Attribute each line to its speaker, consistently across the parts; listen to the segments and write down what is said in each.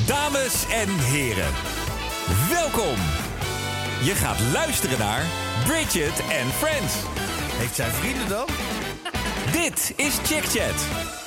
Speaker 1: Dames en heren, welkom. Je gaat luisteren naar Bridget and Friends.
Speaker 2: Heeft zij vrienden dan?
Speaker 1: Dit is Chick Chat.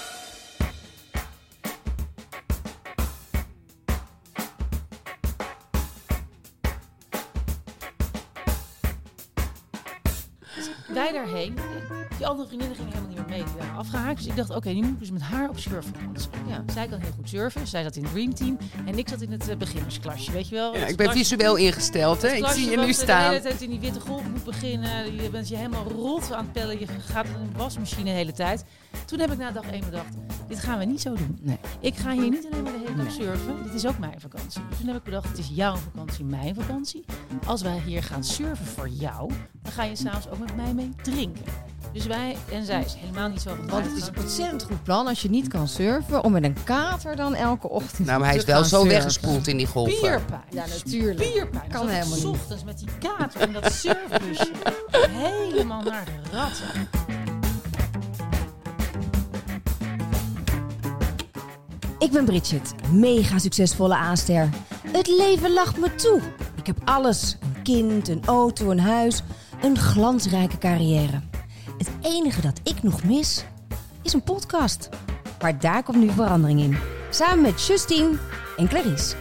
Speaker 3: Wij daarheen. Die andere vriendinnen gingen helemaal niet meer mee. Die waren afgehaakt. Dus ik dacht, oké, nu moet ik dus met haar op surfvakantie. Ja, zij kan heel goed surfen. Zij zat in het Dream Team. En ik zat in het beginnersklasje, weet je wel.
Speaker 4: Ja, ik ben visueel ingesteld, hè? Ik zie je nu staan.
Speaker 3: De hele tijd in die witte golf moet beginnen. Je bent je helemaal rot aan het pellen. Je gaat in een wasmachine de hele tijd. Toen heb ik na dag 1 bedacht, dit gaan we niet zo doen. Nee. Ik ga hier niet alleen maar de hele dag surfen. Dit is ook mijn vakantie. Dus toen heb ik bedacht, het is jouw vakantie, mijn vakantie. Als wij hier gaan surfen voor jou, dan ga je s'avonds ook met mij mee drinken. Dus wij en zij is helemaal niet zo.
Speaker 5: Want het is een ontzettend goed plan als je niet kan surfen, om met een kater dan elke ochtend
Speaker 4: Nou, maar hij is wel zo weggespoeld in die golven.
Speaker 3: Bierpijn.
Speaker 5: Ja, natuurlijk.
Speaker 3: Bierpijn.
Speaker 5: Kan helemaal niet.
Speaker 3: 's ochtends met die kater en dat surfbusje. Helemaal naar de ratten.
Speaker 6: Ik ben Bridget, mega succesvolle aanster. Het leven lacht me toe. Ik heb alles. Een kind, een auto, een huis, een glansrijke carrière. Het enige dat ik nog mis, is een podcast. Maar daar komt nu verandering in. Samen met Justine en Clarice.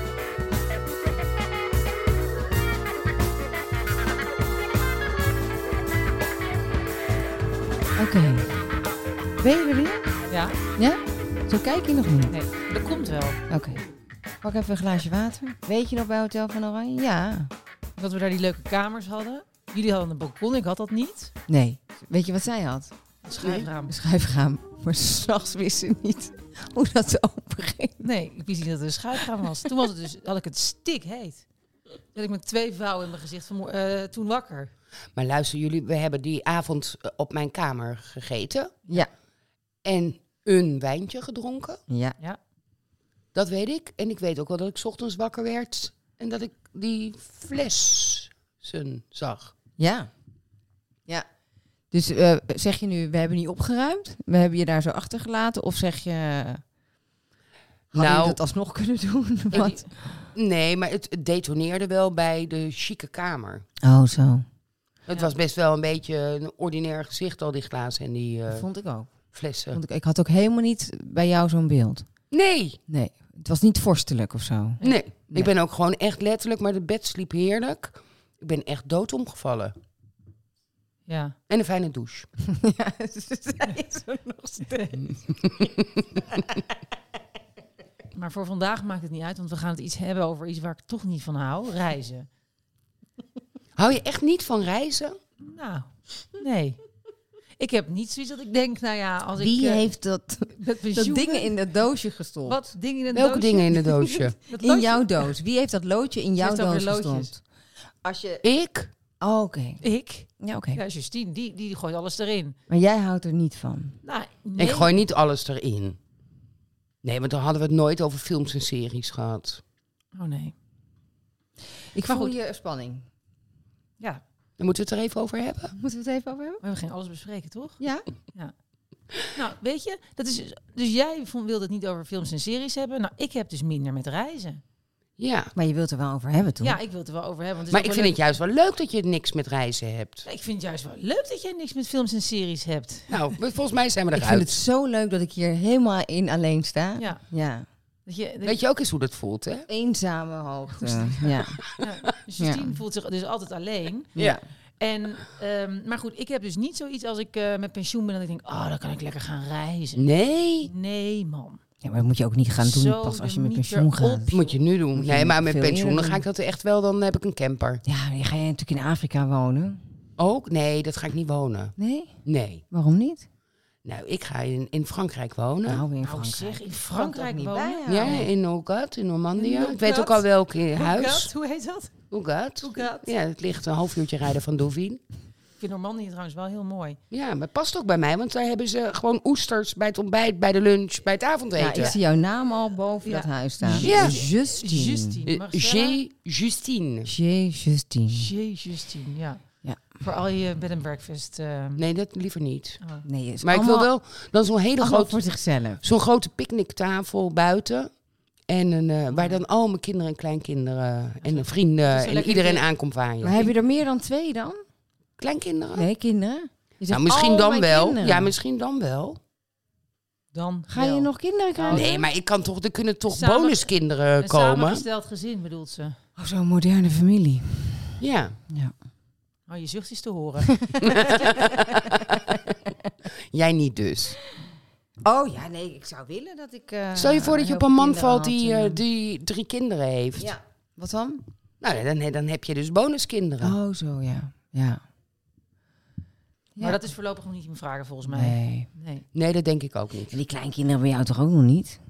Speaker 5: Oké. Ben je er weer?
Speaker 3: Ja?
Speaker 5: Ja? Zo kijk je nog niet?
Speaker 3: Nee, dat komt wel.
Speaker 5: Oké. Pak even een glaasje water. Weet je nog bij Hotel van Oranje? Ja.
Speaker 3: Dat we daar die leuke kamers hadden. Jullie hadden een balkon, ik had dat niet.
Speaker 5: Nee. Weet je wat zij had?
Speaker 3: Een schuifraam.
Speaker 5: Een schuifraam. Maar 's nachts wisten ze niet hoe dat open ging.
Speaker 3: Nee, ik wist niet dat er een schuifraam was. Toen was het dus, had ik het stikheet. Toen had ik met 2 vouwen in mijn gezicht toen wakker.
Speaker 4: Maar luister, jullie, we hebben die avond op mijn kamer gegeten.
Speaker 5: Ja.
Speaker 4: En een wijntje gedronken.
Speaker 5: Ja.
Speaker 3: Ja.
Speaker 4: Dat weet ik. En ik weet ook wel dat ik 's ochtends wakker werd. En dat ik die flessen zag.
Speaker 5: Ja. Ja. Dus zeg je nu, we hebben niet opgeruimd? We hebben je daar zo achtergelaten? Of zeg je, hadden jullie dat alsnog kunnen doen? Wat?
Speaker 4: Nee, maar het detoneerde wel bij de chique kamer.
Speaker 5: Oh, zo.
Speaker 4: Het was best wel een beetje een ordinair gezicht, al die glazen en die
Speaker 5: Dat vond ik ook.
Speaker 4: flessen.
Speaker 5: Ik had ook helemaal niet bij jou zo'n beeld.
Speaker 4: Nee,
Speaker 5: Nee, het was niet vorstelijk of zo.
Speaker 4: nee. Ik ben ook gewoon echt letterlijk, maar het bed sliep heerlijk. Ik ben echt dood omgevallen.
Speaker 3: Ja.
Speaker 4: En een fijne douche.
Speaker 5: Ja, ze zei zo nog steeds.
Speaker 3: Maar voor vandaag maakt het niet uit, want we gaan het iets hebben over iets waar ik toch niet van hou. Reizen.
Speaker 4: Hou je echt niet van reizen?
Speaker 3: Nou, nee. Ik heb niet zoiets dat ik denk, nou ja, als
Speaker 5: Wie
Speaker 3: ik...
Speaker 5: heeft dat dingen in dat doosje gestopt?
Speaker 3: Wat? Dingen in een
Speaker 4: Welke
Speaker 3: doosje?
Speaker 4: dingen in de doosje?
Speaker 3: Dat
Speaker 5: In
Speaker 3: loodje?
Speaker 5: jouw doos. Wie heeft dat loodje in jouw
Speaker 3: heeft ook
Speaker 5: doos
Speaker 3: weer loodjes.
Speaker 5: gestopt? Als je...
Speaker 4: Ik?
Speaker 5: Oh, oké.
Speaker 3: Ik?
Speaker 5: Ja, oké.
Speaker 3: Ja, Justine, die gooit alles erin.
Speaker 5: Maar jij houdt er niet van.
Speaker 3: Nou, nee.
Speaker 4: Ik gooi niet alles erin. Nee, want dan hadden we het nooit over films en series gehad.
Speaker 3: Oh nee.
Speaker 5: Ik
Speaker 3: Maar
Speaker 5: voel
Speaker 3: goed.
Speaker 5: je spanning.
Speaker 3: Ja,
Speaker 4: Dan moeten we het er even over hebben.
Speaker 5: Moeten we het even over hebben?
Speaker 3: maar we gingen alles bespreken, toch?
Speaker 5: Ja?
Speaker 3: Nou, weet je, dat is dus jij wilde het niet over films en series hebben. Nou, ik heb dus minder met reizen.
Speaker 4: Ja.
Speaker 5: Maar je wilt er wel over hebben, toch?
Speaker 3: Ja, ik wil het er wel over hebben. Want het
Speaker 4: Maar
Speaker 3: is
Speaker 4: ik
Speaker 3: ook
Speaker 4: vind
Speaker 3: wel
Speaker 4: het juist wel leuk dat je niks met reizen hebt.
Speaker 3: leuk. Ik vind het juist wel leuk dat jij niks met films en series hebt.
Speaker 4: Nou, volgens mij zijn we
Speaker 5: Ik vind
Speaker 4: eruit.
Speaker 5: het zo leuk dat ik hier helemaal in alleen sta.
Speaker 3: Ja.
Speaker 5: Ja.
Speaker 4: Weet je ook eens hoe dat voelt, hè?
Speaker 5: Eenzame hoogte. Ja.
Speaker 3: Justine voelt zich dus altijd alleen.
Speaker 4: Ja.
Speaker 3: En, maar goed, ik heb dus niet zoiets als ik met pensioen ben dat ik denk, oh, dan kan ik lekker gaan reizen.
Speaker 4: Nee,
Speaker 3: Nee, man.
Speaker 5: Ja, maar dat moet je ook niet gaan doen
Speaker 3: Zo,
Speaker 5: pas als je
Speaker 3: de
Speaker 5: met
Speaker 3: mieter
Speaker 5: pensioen gaat.
Speaker 3: op.
Speaker 4: dat moet je nu doen.
Speaker 5: Moet je
Speaker 4: Nee, maar met
Speaker 5: veel
Speaker 4: pensioen,
Speaker 5: eerder
Speaker 4: dan ga ik dat echt wel, dan heb ik een camper.
Speaker 5: Ja, maar ga jij natuurlijk in Afrika wonen?
Speaker 4: Ook? Nee, dat ga ik niet wonen.
Speaker 5: Nee?
Speaker 4: Nee.
Speaker 5: Waarom niet?
Speaker 4: Nou, ik ga in Frankrijk wonen.
Speaker 5: Nou, weer in
Speaker 3: Nou
Speaker 5: Frankrijk.
Speaker 3: zeg, in Frankrijk wonen.
Speaker 4: Ja, in Ougat, in Normandië.
Speaker 3: In
Speaker 4: Ik weet ook
Speaker 3: Ougat?
Speaker 4: al welk huis.
Speaker 3: Ougat, hoe heet dat?
Speaker 4: Ougat.
Speaker 3: Ougat.
Speaker 4: Ja, het ligt een half uurtje rijden van Deauville.
Speaker 3: Ik vind Normandië trouwens wel heel mooi.
Speaker 4: Ja, maar het past ook bij mij, want daar hebben ze gewoon oesters bij het ontbijt, bij de lunch, bij het
Speaker 5: Ja,
Speaker 4: avondeten.
Speaker 5: ik zie jouw naam al boven
Speaker 3: Ja.
Speaker 5: dat huis staan.
Speaker 4: Ja.
Speaker 5: Justine.
Speaker 3: Justine. Marcella?
Speaker 4: G. Justine.
Speaker 5: Justine.
Speaker 3: Justine, ja.
Speaker 5: Ja.
Speaker 3: Voor al je bed and breakfast.
Speaker 4: Nee, dat liever niet.
Speaker 3: Oh.
Speaker 5: Nee, is
Speaker 4: Maar ik wil
Speaker 5: allemaal-
Speaker 4: wel dan zo'n hele
Speaker 5: allemaal
Speaker 4: grote,
Speaker 5: voor zichzelf.
Speaker 4: zo'n grote picknicktafel buiten. En waar dan al mijn kinderen en kleinkinderen en vrienden en iedereen aankomt waaien.
Speaker 5: Maar heb je er meer dan 2 dan?
Speaker 4: Kleinkinderen?
Speaker 5: Nee, kinderen. Je zegt,
Speaker 4: Nou, misschien
Speaker 5: al
Speaker 4: dan
Speaker 5: mijn
Speaker 4: wel.
Speaker 5: kinderen.
Speaker 4: Ja, misschien dan wel.
Speaker 3: Dan
Speaker 5: Ga je
Speaker 3: wel.
Speaker 5: nog kinderen krijgen?
Speaker 4: Nee, maar er kunnen toch
Speaker 3: Samen-
Speaker 4: bonuskinderen
Speaker 3: Een
Speaker 4: komen?
Speaker 3: samengesteld gezin bedoelt ze.
Speaker 5: Oh, zo'n moderne familie.
Speaker 4: Ja.
Speaker 5: Ja.
Speaker 3: Oh, je zucht is te horen.
Speaker 4: Jij niet dus.
Speaker 5: Oh ja, nee, ik zou willen dat ik...
Speaker 4: Stel je voor dat je
Speaker 5: heel
Speaker 4: op een
Speaker 5: veel
Speaker 4: man
Speaker 5: kinderen
Speaker 4: valt
Speaker 5: had,
Speaker 4: die 3 kinderen heeft.
Speaker 5: Ja. Wat dan?
Speaker 4: Nou, dan heb je dus bonuskinderen.
Speaker 5: Oh, zo ja. Ja.
Speaker 3: Maar dat is voorlopig nog niet mijn vragen volgens mij.
Speaker 5: Nee.
Speaker 4: Nee, dat denk ik ook niet.
Speaker 5: En die kleinkinderen bij jou toch ook nog niet?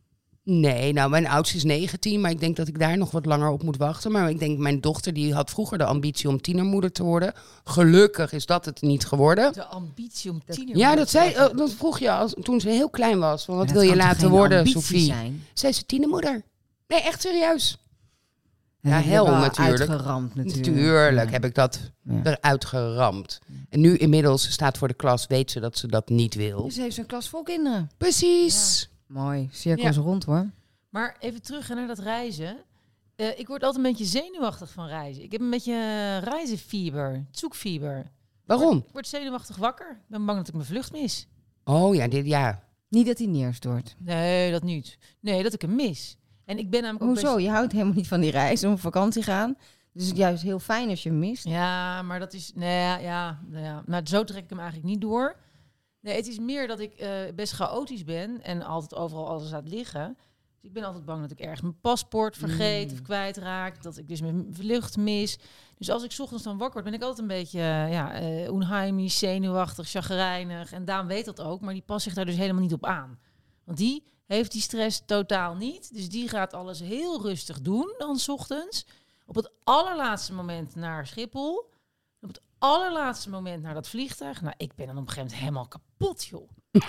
Speaker 4: Nee, nou, mijn oudste is 19, maar ik denk dat ik daar nog wat langer op moet wachten. Maar ik denk, mijn dochter die had vroeger de ambitie om tienermoeder te worden. Gelukkig is dat het niet geworden.
Speaker 3: De ambitie om 10 uur.
Speaker 4: Ja, dat vroeg je toen ze heel klein was. Van, wat
Speaker 5: Maar
Speaker 4: wil
Speaker 5: dat
Speaker 4: je
Speaker 5: kan toch
Speaker 4: laten
Speaker 5: geen
Speaker 4: worden,
Speaker 5: ambitie
Speaker 4: Sophie?
Speaker 5: zijn?
Speaker 4: Zei ze tienermoeder? Nee, echt serieus.
Speaker 5: Ja,
Speaker 4: Ja,
Speaker 5: die
Speaker 4: hel
Speaker 5: hebben we
Speaker 4: natuurlijk.
Speaker 5: Uitgeramd natuurlijk.
Speaker 4: Natuurlijk
Speaker 5: Ja.
Speaker 4: heb ik dat
Speaker 5: Ja.
Speaker 4: eruit geramd. En nu inmiddels staat voor de klas, weet ze dat ze dat niet wil.
Speaker 5: Dus heeft ze een klas vol kinderen.
Speaker 4: Precies.
Speaker 5: Mooi, cirkels rond hoor.
Speaker 3: Maar even terug naar dat reizen. Ik word altijd een beetje zenuwachtig van reizen. Ik heb een beetje reizenfieber, zoekfieber.
Speaker 4: Waarom?
Speaker 3: Ik word zenuwachtig wakker. Ik ben bang dat ik mijn vlucht mis.
Speaker 4: Oh ja, ja.
Speaker 5: Niet dat hij neerstort.
Speaker 3: Nee, dat niet. Nee, dat ik hem mis. En ik ben namelijk ook
Speaker 5: Hoezo?
Speaker 3: best...
Speaker 5: Je houdt helemaal niet van die reis om op vakantie gaan. Dus het is juist heel fijn als je hem mist.
Speaker 3: Ja, maar dat is... Nee, ja. Maar zo trek ik hem eigenlijk niet door. Nee, het is meer dat ik best chaotisch ben en altijd overal alles laat liggen. Dus ik ben altijd bang dat ik ergens mijn paspoort vergeet of kwijtraak. Dat ik dus mijn vlucht mis. Dus als ik 's ochtends dan wakker word, ben ik altijd een beetje onheimisch, zenuwachtig, chagrijnig. En Daan weet dat ook, maar die past zich daar dus helemaal niet op aan. Want die heeft die stress totaal niet. Dus die gaat alles heel rustig doen dan 's ochtends. Op het allerlaatste moment naar Schiphol. Op het allerlaatste moment naar dat vliegtuig. Nou, ik ben dan op een gegeven moment helemaal kapot, joh.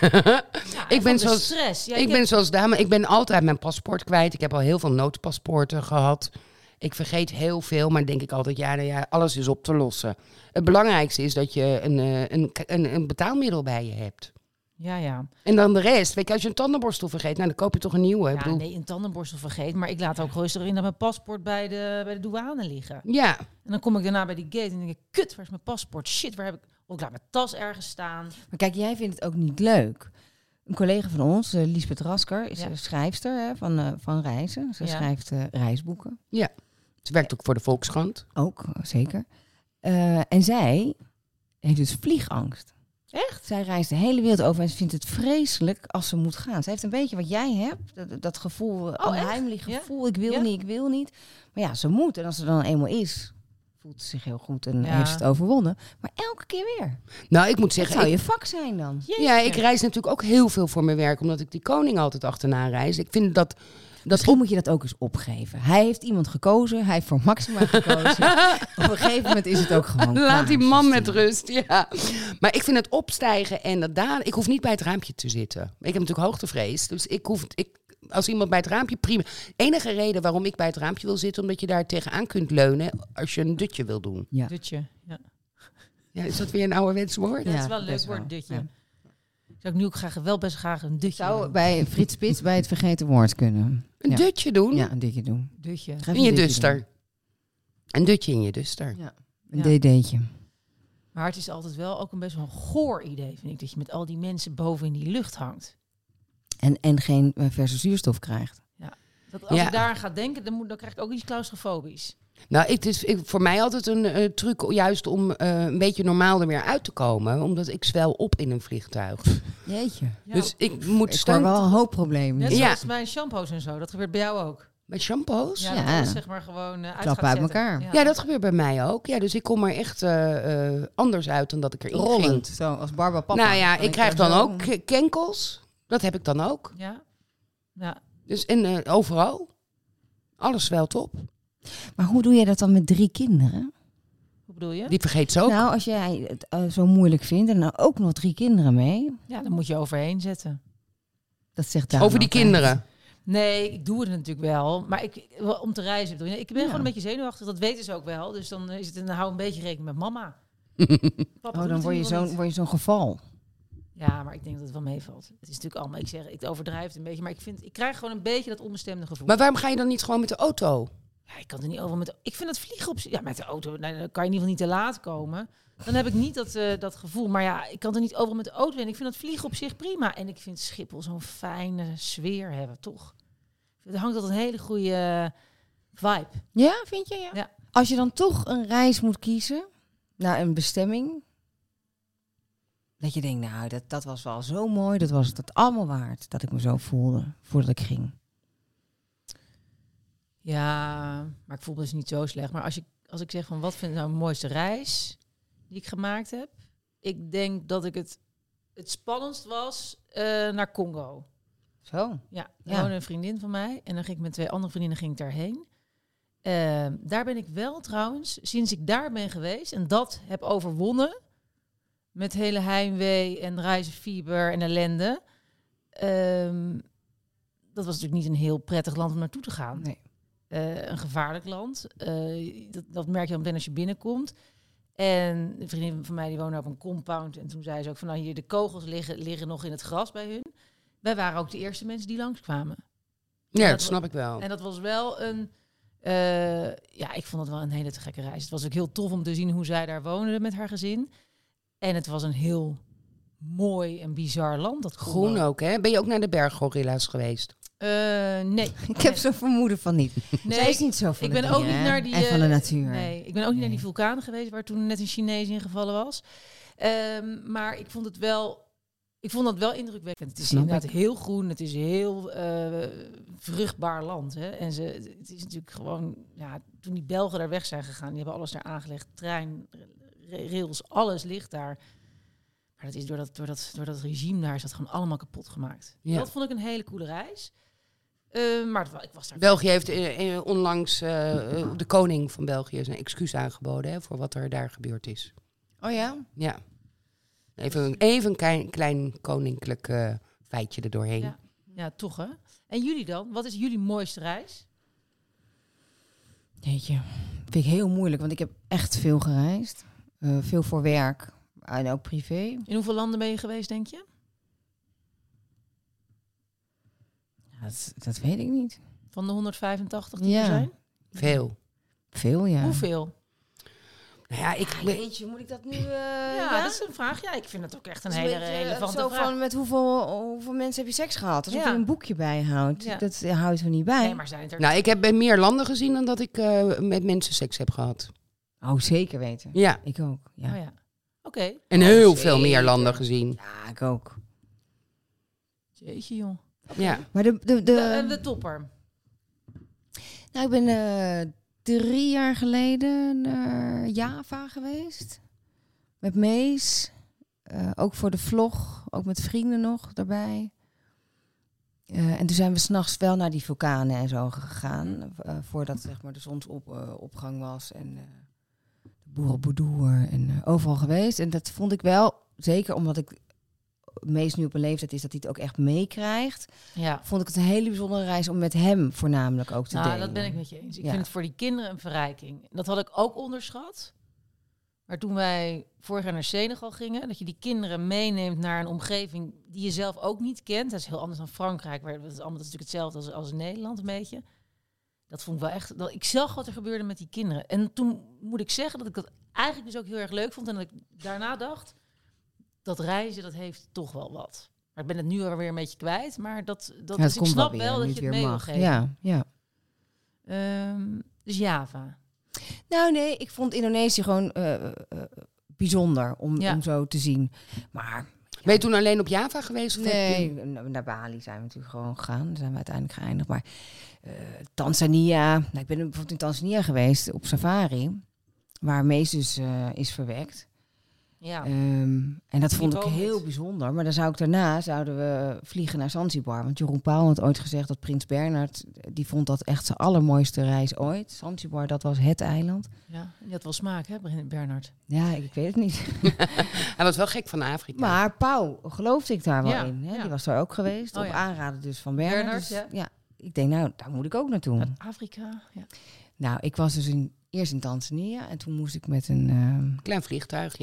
Speaker 3: Ja,
Speaker 4: Ik ben
Speaker 3: van de
Speaker 4: zoals-
Speaker 3: stress. Ja,
Speaker 4: Ik ben zoals dame, ik ben altijd mijn paspoort kwijt. Ik heb al heel veel noodpaspoorten gehad. Ik vergeet heel veel, maar denk ik altijd, alles is op te lossen. Het belangrijkste is dat je een betaalmiddel bij je hebt.
Speaker 3: Ja.
Speaker 4: En dan de rest. Weet je, als je een tandenborstel vergeet, nou, dan koop je toch een nieuwe. Ik
Speaker 3: Ja,
Speaker 4: bedoel,
Speaker 3: nee, een tandenborstel vergeet. Maar ik laat ook rustig in dat mijn paspoort bij de douane liggen.
Speaker 4: ja.
Speaker 3: En dan kom ik daarna bij die gate en denk ik, kut, waar is mijn paspoort? Shit, waar heb ik... Of ik laat mijn tas ergens staan.
Speaker 5: Maar kijk, jij vindt het ook niet leuk. Een collega van ons, Liesbeth Rasker, is een schrijfster van reizen. Ze schrijft reisboeken.
Speaker 4: Ze werkt ook voor de Volkskrant.
Speaker 5: Ook, zeker. En zij heeft dus vliegangst.
Speaker 3: Echt?
Speaker 5: Zij reist de hele wereld over en ze vindt het vreselijk als ze moet gaan. Ze heeft een beetje wat jij hebt. Dat gevoel, onheimelijk
Speaker 3: Ja?
Speaker 5: gevoel. Ik wil
Speaker 3: Ja?
Speaker 5: niet, ik wil niet. Maar ja, ze moet. En als ze dan eenmaal is, voelt ze zich heel goed en
Speaker 3: Ja.
Speaker 5: heeft ze het overwonnen. Maar elke keer weer.
Speaker 4: Nou, ik moet
Speaker 5: Dat
Speaker 4: zeggen,
Speaker 5: zou je vak zijn dan.
Speaker 4: ik reis natuurlijk ook heel veel voor mijn werk, omdat ik die koning altijd achterna reis. Ik vind dat
Speaker 5: Misschien moet je dat ook eens opgeven. Hij heeft iemand gekozen. Hij heeft voor Maxima gekozen. Op een gegeven moment is het ook gewoon
Speaker 4: Laat
Speaker 5: klaar,
Speaker 4: die man met
Speaker 5: Justine.
Speaker 4: rust, ja. Maar ik vind het opstijgen en dat dalen... Ik hoef niet bij het raampje te zitten. Ik heb natuurlijk hoogtevrees, dus als iemand bij het raampje, prima. Enige reden waarom ik bij het raampje wil zitten, omdat je daar tegenaan kunt leunen als je een dutje wil doen.
Speaker 5: Ja.
Speaker 3: Dutje. Ja.
Speaker 4: Ja, is dat weer een ouderwets woord?
Speaker 3: Dat
Speaker 5: Ja,
Speaker 3: is wel een leuk
Speaker 5: best wel.
Speaker 3: woord, dutje.
Speaker 5: Ja.
Speaker 3: Zou ik nu ook wel best graag een dutje
Speaker 5: Zou
Speaker 3: doen.
Speaker 5: bij Frits Spits bij het vergeten woord kunnen.
Speaker 4: Een
Speaker 5: Ja.
Speaker 4: dutje doen?
Speaker 5: Ja, een dutje doen.
Speaker 3: Dutje.
Speaker 5: Ga even
Speaker 4: In je
Speaker 5: een dutje
Speaker 4: duster.
Speaker 5: doen.
Speaker 4: Een dutje in je duster.
Speaker 5: Ja. Een
Speaker 3: Ja.
Speaker 5: dd'tje.
Speaker 3: Maar het is altijd wel ook een best wel een goor idee, vind ik. Dat je met al die mensen boven in die lucht hangt.
Speaker 5: En geen verse zuurstof krijgt.
Speaker 3: Dat als
Speaker 4: Ja.
Speaker 3: ik daaraan ga denken, dan krijg ik ook iets claustrofobisch.
Speaker 4: Nou, het is voor mij altijd een truc juist om een beetje normaal er weer uit te komen. Omdat ik zwel op in een vliegtuig.
Speaker 5: Jeetje.
Speaker 3: Ja,
Speaker 4: Dus ik moet
Speaker 5: Ik hoor
Speaker 4: steun...
Speaker 5: wel een hoop problemen.
Speaker 3: net
Speaker 4: Ja.
Speaker 3: zoals mijn shampoos en zo. Dat gebeurt bij jou ook.
Speaker 4: Met shampoos?
Speaker 3: Ja,
Speaker 5: Ja.
Speaker 3: dat alles zeg maar gewoon uit
Speaker 5: Klap
Speaker 3: gaat
Speaker 5: uit
Speaker 3: zetten.
Speaker 5: elkaar.
Speaker 4: Ja, dat gebeurt bij mij ook. Ja, dus ik kom er echt anders uit dan dat ik erin
Speaker 5: Rollend.
Speaker 4: ging.
Speaker 5: Zo, als Barbara Papa.
Speaker 4: Nou ja, ik krijg dan
Speaker 5: zo-
Speaker 4: ook kenkels. Dat heb ik dan ook.
Speaker 3: Ja.
Speaker 4: Dus en overal. Alles zwelt op.
Speaker 5: Maar hoe doe jij dat dan met 3 kinderen?
Speaker 3: Hoe bedoel je?
Speaker 4: Die vergeet ze ook.
Speaker 5: Nou, als jij het zo moeilijk vindt en dan ook nog 3 kinderen mee.
Speaker 3: Ja, dan moet je overheen zetten.
Speaker 5: Dat zegt Daan
Speaker 4: Over die
Speaker 5: altijd.
Speaker 4: kinderen.
Speaker 3: Nee, ik doe het natuurlijk wel. Maar om te reizen bedoel je. Ik ben
Speaker 5: Ja.
Speaker 3: gewoon een beetje zenuwachtig. Dat weten ze ook wel. Dus dan is het hou een beetje rekening met mama. Papa
Speaker 5: Oh,
Speaker 3: doet
Speaker 5: dan
Speaker 3: het
Speaker 5: word
Speaker 3: in ieder geval niet.
Speaker 5: je zo'n geval.
Speaker 3: Ja, maar ik denk dat het wel meevalt. Het is natuurlijk allemaal, ik overdrijf het een beetje, maar ik krijg gewoon een beetje dat onbestemde gevoel.
Speaker 4: Maar waarom ga je dan niet gewoon met de auto?
Speaker 3: Ja, ik kan er niet over met. Ik vind dat vliegen met de auto. Dan kan je in ieder geval niet te laat komen. Dan heb ik niet dat gevoel. Maar ja, ik kan er niet over met de auto. En ik vind dat vliegen op zich prima. En ik vind Schiphol zo'n fijne sfeer hebben, toch? Er hangt altijd een hele goede vibe.
Speaker 5: Ja, vind je?
Speaker 3: Ja.
Speaker 5: Als je dan toch een reis moet kiezen naar een bestemming, dat je denkt, nou, dat was wel zo mooi. Dat was het allemaal waard. Dat ik me zo voelde voordat ik ging.
Speaker 3: Ja, maar ik voel me dus niet zo slecht. Maar als ik zeg van wat vind ik nou de mooiste reis die ik gemaakt heb. Ik denk dat ik het spannendst was naar Congo.
Speaker 5: Zo?
Speaker 3: Ja, daar woonde een vriendin van mij. En dan ging ik met 2 andere vriendinnen daarheen. Daar ben ik wel trouwens, sinds ik daar ben geweest en dat heb overwonnen, met hele heimwee en reizenfieber en ellende. Dat was natuurlijk niet een heel prettig land om naartoe te gaan.
Speaker 5: Nee.
Speaker 3: Een gevaarlijk land. Dat merk je dan meteen als je binnenkomt. En een vriendin van mij die woonde op een compound. En toen zei ze ook van, nou hier, de kogels liggen nog in het gras bij hun. Wij waren ook de eerste mensen die langskwamen.
Speaker 4: Ja, dat snap ik wel.
Speaker 3: En dat was wel een... ik vond het wel een hele te gekke reis. Het was ook heel tof om te zien hoe zij daar woonde met haar gezin. En het was een heel mooi en bizar land. Dat
Speaker 4: Groen ook, hè? Ben je ook naar de berggorilla's geweest?
Speaker 3: Nee.
Speaker 5: Ik heb zo'n vermoeden van niet.
Speaker 3: Nee,
Speaker 5: Zij is niet zo van
Speaker 3: ik
Speaker 5: de
Speaker 3: ben ook
Speaker 5: dieren,
Speaker 3: niet
Speaker 5: hè?
Speaker 3: naar die...
Speaker 5: En van de natuur.
Speaker 3: Nee, ik ben ook niet naar die vulkanen geweest waar toen net een Chinees ingevallen was. Maar ik vond het wel... Ik vond dat wel indrukwekkend. Het is inderdaad heel groen. Het is heel vruchtbaar land. Hè? En het is natuurlijk gewoon... Ja, toen die Belgen daar weg zijn gegaan, die hebben alles daar aangelegd. Trein, rails, alles ligt daar. Maar dat is door dat regime daar is dat gewoon allemaal kapot gemaakt.
Speaker 4: Ja.
Speaker 3: Dat vond ik een hele coole reis. Maar ik was daar...
Speaker 4: België heeft onlangs de koning van België zijn excuus aangeboden, hè, voor wat er daar gebeurd is.
Speaker 5: Oh ja?
Speaker 4: Ja. Even een klein koninklijk feitje erdoorheen.
Speaker 3: Ja, toch hè? En jullie dan? Wat is jullie mooiste reis?
Speaker 5: Jeetje, vind ik heel moeilijk, want ik heb echt veel gereisd. Veel voor werk en ook privé.
Speaker 3: In hoeveel landen ben je geweest, denk je?
Speaker 5: Ja, dat weet ik niet.
Speaker 3: Van de 185 die er zijn?
Speaker 4: Veel.
Speaker 5: Veel, ja.
Speaker 3: Hoeveel?
Speaker 4: Nou ja,
Speaker 5: Jeetje, moet ik dat nu...
Speaker 3: Dat is een vraag. Ja, ik vind het ook echt een hele relevante
Speaker 5: zo
Speaker 3: vraag.
Speaker 5: van met hoeveel mensen heb je seks gehad? Alsof
Speaker 3: Ja.
Speaker 5: je een boekje bijhoudt.
Speaker 3: Ja.
Speaker 5: Dat houdt er niet bij.
Speaker 3: Nee, maar zijn het er...
Speaker 4: Nou, ik heb bij meer landen gezien dan dat ik met mensen seks heb gehad.
Speaker 5: Oh, zeker weten.
Speaker 4: Ja.
Speaker 5: Ik ook, ja.
Speaker 3: Oh ja. Oké.
Speaker 4: En heel
Speaker 5: zeker.
Speaker 4: veel meer landen gezien.
Speaker 5: Ja, ik ook.
Speaker 3: Jeetje, joh.
Speaker 4: Ja.
Speaker 5: Maar
Speaker 3: De topper.
Speaker 5: Nou, ik ben 3 jaar geleden naar Java geweest. Met Mees. Ook voor de vlog. Ook met vrienden nog daarbij. En toen zijn we 's nachts wel naar die vulkanen en zo gegaan. Voordat zeg maar, de zonsopgang was. En de Borobudur. En overal geweest. En dat vond ik wel, zeker omdat ik Mees nu op een leeftijd is dat hij het ook echt meekrijgt.
Speaker 3: Ja.
Speaker 5: Vond ik het een hele bijzondere reis om met hem voornamelijk ook te delen.
Speaker 3: Dat ben ik met je eens. Ik
Speaker 5: Ja.
Speaker 3: vind het voor die kinderen een verrijking. Dat had ik ook onderschat. Maar toen wij vorig jaar naar Senegal gingen, dat je die kinderen meeneemt naar een omgeving die je zelf ook niet kent. Dat is heel anders dan Frankrijk, waar dat is natuurlijk hetzelfde als Nederland een beetje. Dat vond ik wel echt... Ik zag wat er gebeurde met die kinderen. En toen moet ik zeggen dat ik dat eigenlijk dus ook heel erg leuk vond. En dat ik daarna dacht, dat reizen, dat heeft toch wel wat. Maar ik ben het nu alweer een beetje kwijt. Maar dus ik snap wel dat je het mee wil geven.
Speaker 5: Ja.
Speaker 3: Dus Java.
Speaker 5: Nou nee, ik vond Indonesië gewoon bijzonder om zo te zien. Maar
Speaker 4: Ben je toen alleen op Java geweest? Of
Speaker 5: nee, naar Bali zijn we natuurlijk gewoon gegaan. Daar zijn we uiteindelijk geëindigd. Maar Tanzania, nou, ik ben bijvoorbeeld in Tanzania geweest op safari, waar Mees dus is verwekt.
Speaker 3: Ja.
Speaker 5: En dat vond ik
Speaker 3: Boomhut.
Speaker 5: heel bijzonder. Maar dan zouden we vliegen naar Zanzibar. Want Jeroen Pauw had ooit gezegd dat Prins Bernhard, die vond dat echt zijn allermooiste reis ooit. Zanzibar, dat was het eiland.
Speaker 3: Ja, die had wel smaak, hè, Bernhard?
Speaker 5: Ja, ik weet het niet.
Speaker 4: Hij was wel gek van Afrika.
Speaker 5: Maar Pauw geloofde ik daar wel
Speaker 3: Ja,
Speaker 5: in. Hè?
Speaker 3: ja.
Speaker 5: Die was daar ook geweest.
Speaker 3: Oh,
Speaker 5: op
Speaker 3: ja.
Speaker 5: aanraden dus van Bernhard.
Speaker 3: Bernhard,
Speaker 5: Dus, ja. Ik denk, nou, daar moet ik ook naartoe.
Speaker 3: Uit Afrika, ja.
Speaker 5: Nou, ik was dus eerst in Tanzania. En toen moest ik met een
Speaker 4: Klein vliegtuig, ja.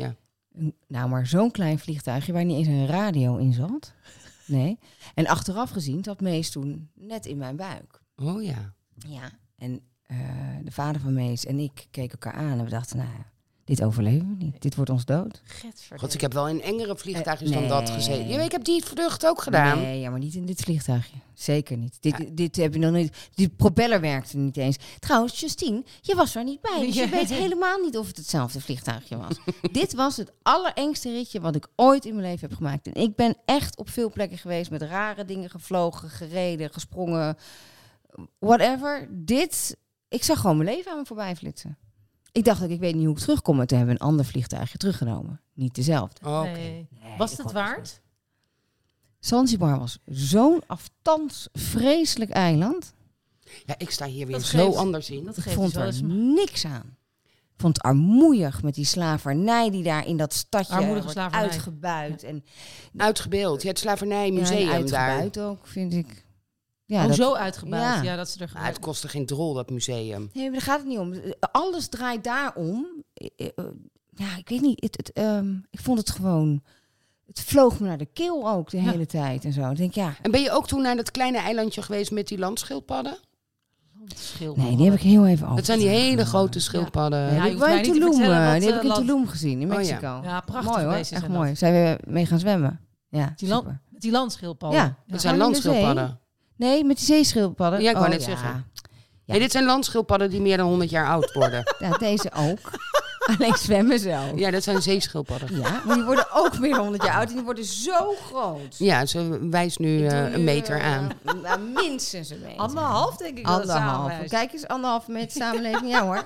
Speaker 5: Maar zo'n klein vliegtuigje waar niet eens een radio in zat. Nee. En achteraf gezien zat Mees toen net in mijn buik.
Speaker 4: Oh ja.
Speaker 5: Ja. En de vader van Mees en ik keken elkaar aan en we dachten, nou ja, dit overleven we niet. Dit wordt ons dood.
Speaker 4: God, ik heb wel in engere vliegtuigjes dan
Speaker 5: nee.
Speaker 4: dat gezeten. Ja, ik heb die vlucht ook gedaan.
Speaker 5: Nee, ja, maar niet in dit vliegtuigje. Zeker niet. Dit heb je nog niet. Die propeller werkte niet eens. Trouwens, Justine, je was er niet bij. Dus je weet helemaal niet of het hetzelfde vliegtuigje was. Dit was het allerengste ritje wat ik ooit in mijn leven heb gemaakt. En ik ben echt op veel plekken geweest met rare dingen gevlogen, gereden, gesprongen. Whatever. Ik zag gewoon mijn leven aan me voorbij flitsen. Ik dacht, ik weet niet hoe ik terugkom. En toen hebben we een ander vliegtuigje teruggenomen. Niet dezelfde.
Speaker 4: Oh,
Speaker 3: Nee. Was het waard?
Speaker 5: Zanzibar was zo'n aftans vreselijk eiland.
Speaker 4: Ja, ik sta hier weer
Speaker 3: Dat
Speaker 4: zo
Speaker 3: geeft-
Speaker 4: anders in.
Speaker 3: Dat
Speaker 5: Ik
Speaker 3: geeft
Speaker 5: vond
Speaker 3: dus wel
Speaker 5: er
Speaker 3: eens
Speaker 5: niks aan. Ik vond het armoeig met die slavernij die daar in dat stadje
Speaker 3: Armoedige
Speaker 5: wordt
Speaker 3: slavernij.
Speaker 5: uitgebuit. En
Speaker 4: Uitgebeeld. Je hebt slavernijmuseum
Speaker 5: ja, en
Speaker 4: daar.
Speaker 5: uitgebuit ook, vind ik. Ja,
Speaker 3: Hoezo uitgebouwd?
Speaker 5: ja.
Speaker 3: Ja, dat ze er
Speaker 4: Nou, het kostte geen drol, dat museum.
Speaker 5: Nee, maar daar gaat het niet om. Alles draait daarom. Ja, ik weet niet. Ik vond het gewoon... Het vloog me naar de keel ook de hele tijd en zo. Ik denk, ja...
Speaker 4: En ben je ook toen naar dat kleine eilandje geweest met die landschildpadden?
Speaker 5: Nee, die heb ik heel even over.
Speaker 4: Dat zijn die hele grote schildpadden.
Speaker 5: Die
Speaker 3: Ja,
Speaker 5: heb
Speaker 3: je
Speaker 5: ik
Speaker 3: hoeft
Speaker 5: wel
Speaker 3: mij
Speaker 5: in
Speaker 3: niet te
Speaker 5: Tulum.
Speaker 3: vertellen wat,
Speaker 5: Die heb ik in
Speaker 3: land-
Speaker 5: Tulum gezien, in
Speaker 4: Oh, ja.
Speaker 5: Mexico.
Speaker 3: Ja, prachtig
Speaker 5: Mooi hoor,
Speaker 3: beesten
Speaker 5: echt
Speaker 3: zijn
Speaker 5: mooi.
Speaker 3: dat.
Speaker 5: Zijn we mee gaan zwemmen. Ja,
Speaker 3: Die
Speaker 5: super.
Speaker 3: met die landschildpadden.
Speaker 5: Ja.
Speaker 4: Dat zijn
Speaker 5: Gewoon in de zee.
Speaker 4: landschildpadden.
Speaker 5: Nee, met die zeeschildpadden.
Speaker 4: Ja, ik wou net
Speaker 5: ja.
Speaker 4: zeggen.
Speaker 5: Ja.
Speaker 4: Nee, dit zijn landschildpadden die meer dan 100 jaar oud worden.
Speaker 5: Ja, deze ook. Alleen zwemmen ze ook.
Speaker 4: Ja, dat zijn zeeschildpadden.
Speaker 5: Ja, maar die worden ook meer dan 100 jaar oud en die worden zo groot.
Speaker 4: Ja, ze wijst nu een meter aan.
Speaker 5: Nou, minstens een meter.
Speaker 3: Anderhalf, denk ik. dat het
Speaker 5: Anderhalf.
Speaker 3: samenwijst.
Speaker 5: Kijk eens, 1,5 meter samenleving. Ja hoor,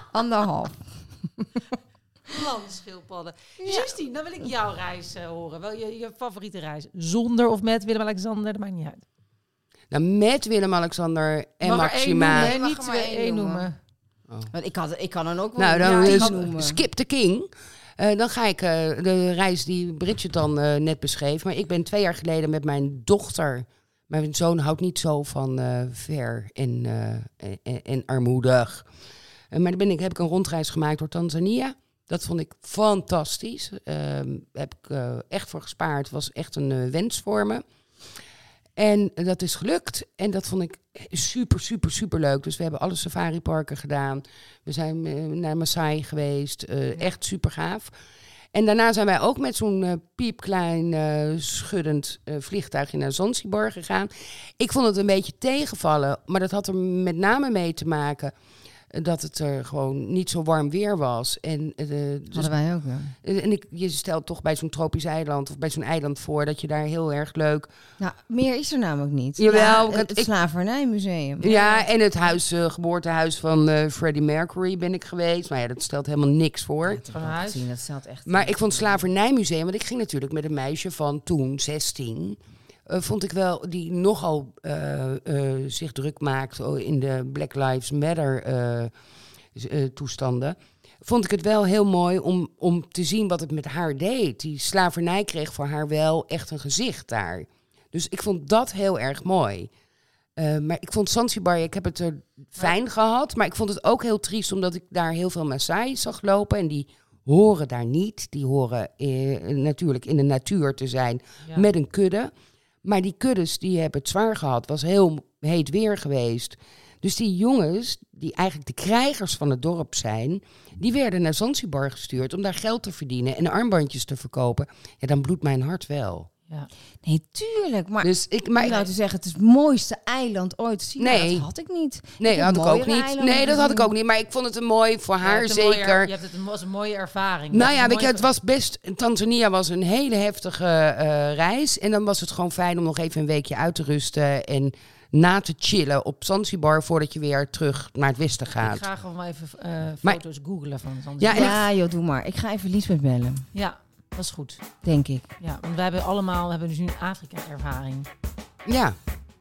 Speaker 5: 1,5.
Speaker 3: Landschildpadden. Justine, dan wil ik jouw reis horen. Wel je favoriete reis. Zonder of met Willem-Alexander, dat maakt niet uit.
Speaker 4: Nou, met Willem-Alexander en
Speaker 3: Mag er één
Speaker 4: Maxima.
Speaker 3: noemen, hè?
Speaker 5: Mag
Speaker 3: Niet
Speaker 5: er maar
Speaker 3: twee,
Speaker 5: één
Speaker 3: één
Speaker 5: noemen.
Speaker 3: noemen.
Speaker 5: Want ik kan dan ook wel
Speaker 4: Nou, dan
Speaker 5: tien
Speaker 4: is
Speaker 5: noemen.
Speaker 4: Skip the King. Dan ga ik de reis die Bridget dan net beschreef. Maar ik ben 2 jaar geleden met mijn dochter... Mijn zoon houdt niet zo van ver en armoedig. Maar dan heb ik een rondreis gemaakt door Tanzania. Dat vond ik fantastisch. Heb ik echt voor gespaard. Was echt een wens voor me. En dat is gelukt. En dat vond ik super, super, super leuk. Dus we hebben alle safariparken gedaan. We zijn naar Maasai geweest. Echt super gaaf. En daarna zijn wij ook met zo'n piepklein schuddend vliegtuigje naar Zanzibar gegaan. Ik vond het een beetje tegenvallen. Maar dat had er met name mee te maken dat het er gewoon niet zo warm weer was. En, dus,
Speaker 5: Hadden wij ook, ja.
Speaker 4: en je stelt toch bij zo'n tropisch eiland of bij zo'n eiland voor dat je daar heel erg leuk...
Speaker 5: Nou, meer is er namelijk niet.
Speaker 4: Jawel,
Speaker 5: Ja, het Slavernijmuseum.
Speaker 4: Ja, en het geboortehuis van Freddie Mercury ben ik geweest. Maar ja, dat stelt helemaal niks voor.
Speaker 3: Van huis.
Speaker 5: Gezien, dat staat echt...
Speaker 4: Maar ik vond het Slavernijmuseum, want ik ging natuurlijk met een meisje van toen, 16... vond ik wel, die nogal zich druk maakte in de Black Lives Matter toestanden. Vond ik het wel heel mooi om te zien wat het met haar deed. Die slavernij kreeg voor haar wel echt een gezicht daar. Dus ik vond dat heel erg mooi. Maar ik vond Zanzibar, ik heb het er fijn gehad. Maar ik vond het ook heel triest, omdat ik daar heel veel Maasai zag lopen. En die horen daar niet. Die horen natuurlijk in de natuur te zijn
Speaker 3: Ja.
Speaker 4: met een kudde. Maar die kuddes, die hebben het zwaar gehad. Was heel heet weer geweest. Dus die jongens, die eigenlijk de krijgers van het dorp zijn... die werden naar Zanzibar gestuurd om daar geld te verdienen... en armbandjes te verkopen. Ja, dan bloedt mijn hart wel.
Speaker 3: Ja.
Speaker 5: Nee, tuurlijk. Maar
Speaker 4: Dus ik...
Speaker 5: om
Speaker 4: Maar,
Speaker 5: nou te zeggen, het is het mooiste eiland ooit te zien.
Speaker 4: Nee.
Speaker 5: Nou, dat had ik niet.
Speaker 4: nee, dat had ik ook
Speaker 5: mooiere
Speaker 4: niet.
Speaker 5: eilanden
Speaker 4: Nee, dat had ik
Speaker 5: gezien.
Speaker 4: ook niet. Maar ik vond het een mooi voor haar
Speaker 3: Je hebt een mooie-
Speaker 4: zeker.
Speaker 3: je hebt het was een mooie ervaring.
Speaker 4: Nou
Speaker 3: Dat
Speaker 4: ja,
Speaker 3: is een
Speaker 4: weet je,
Speaker 3: mooie-
Speaker 4: het was best... Tanzania was een hele heftige reis. En dan was het gewoon fijn om nog even een weekje uit te rusten... en na te chillen op Zanzibar... voordat je weer terug naar het westen
Speaker 3: Ik
Speaker 4: gaat.
Speaker 3: ga gewoon wel even
Speaker 4: Maar-
Speaker 3: foto's googlen van Zanzibar.
Speaker 4: Ja, en
Speaker 5: Ja, joh, doe maar. Ik ga even Liesbeth bellen,
Speaker 3: Ja, dat is goed.
Speaker 5: denk ik.
Speaker 3: Ja, want wij hebben dus nu een Afrika-ervaring
Speaker 4: Ja.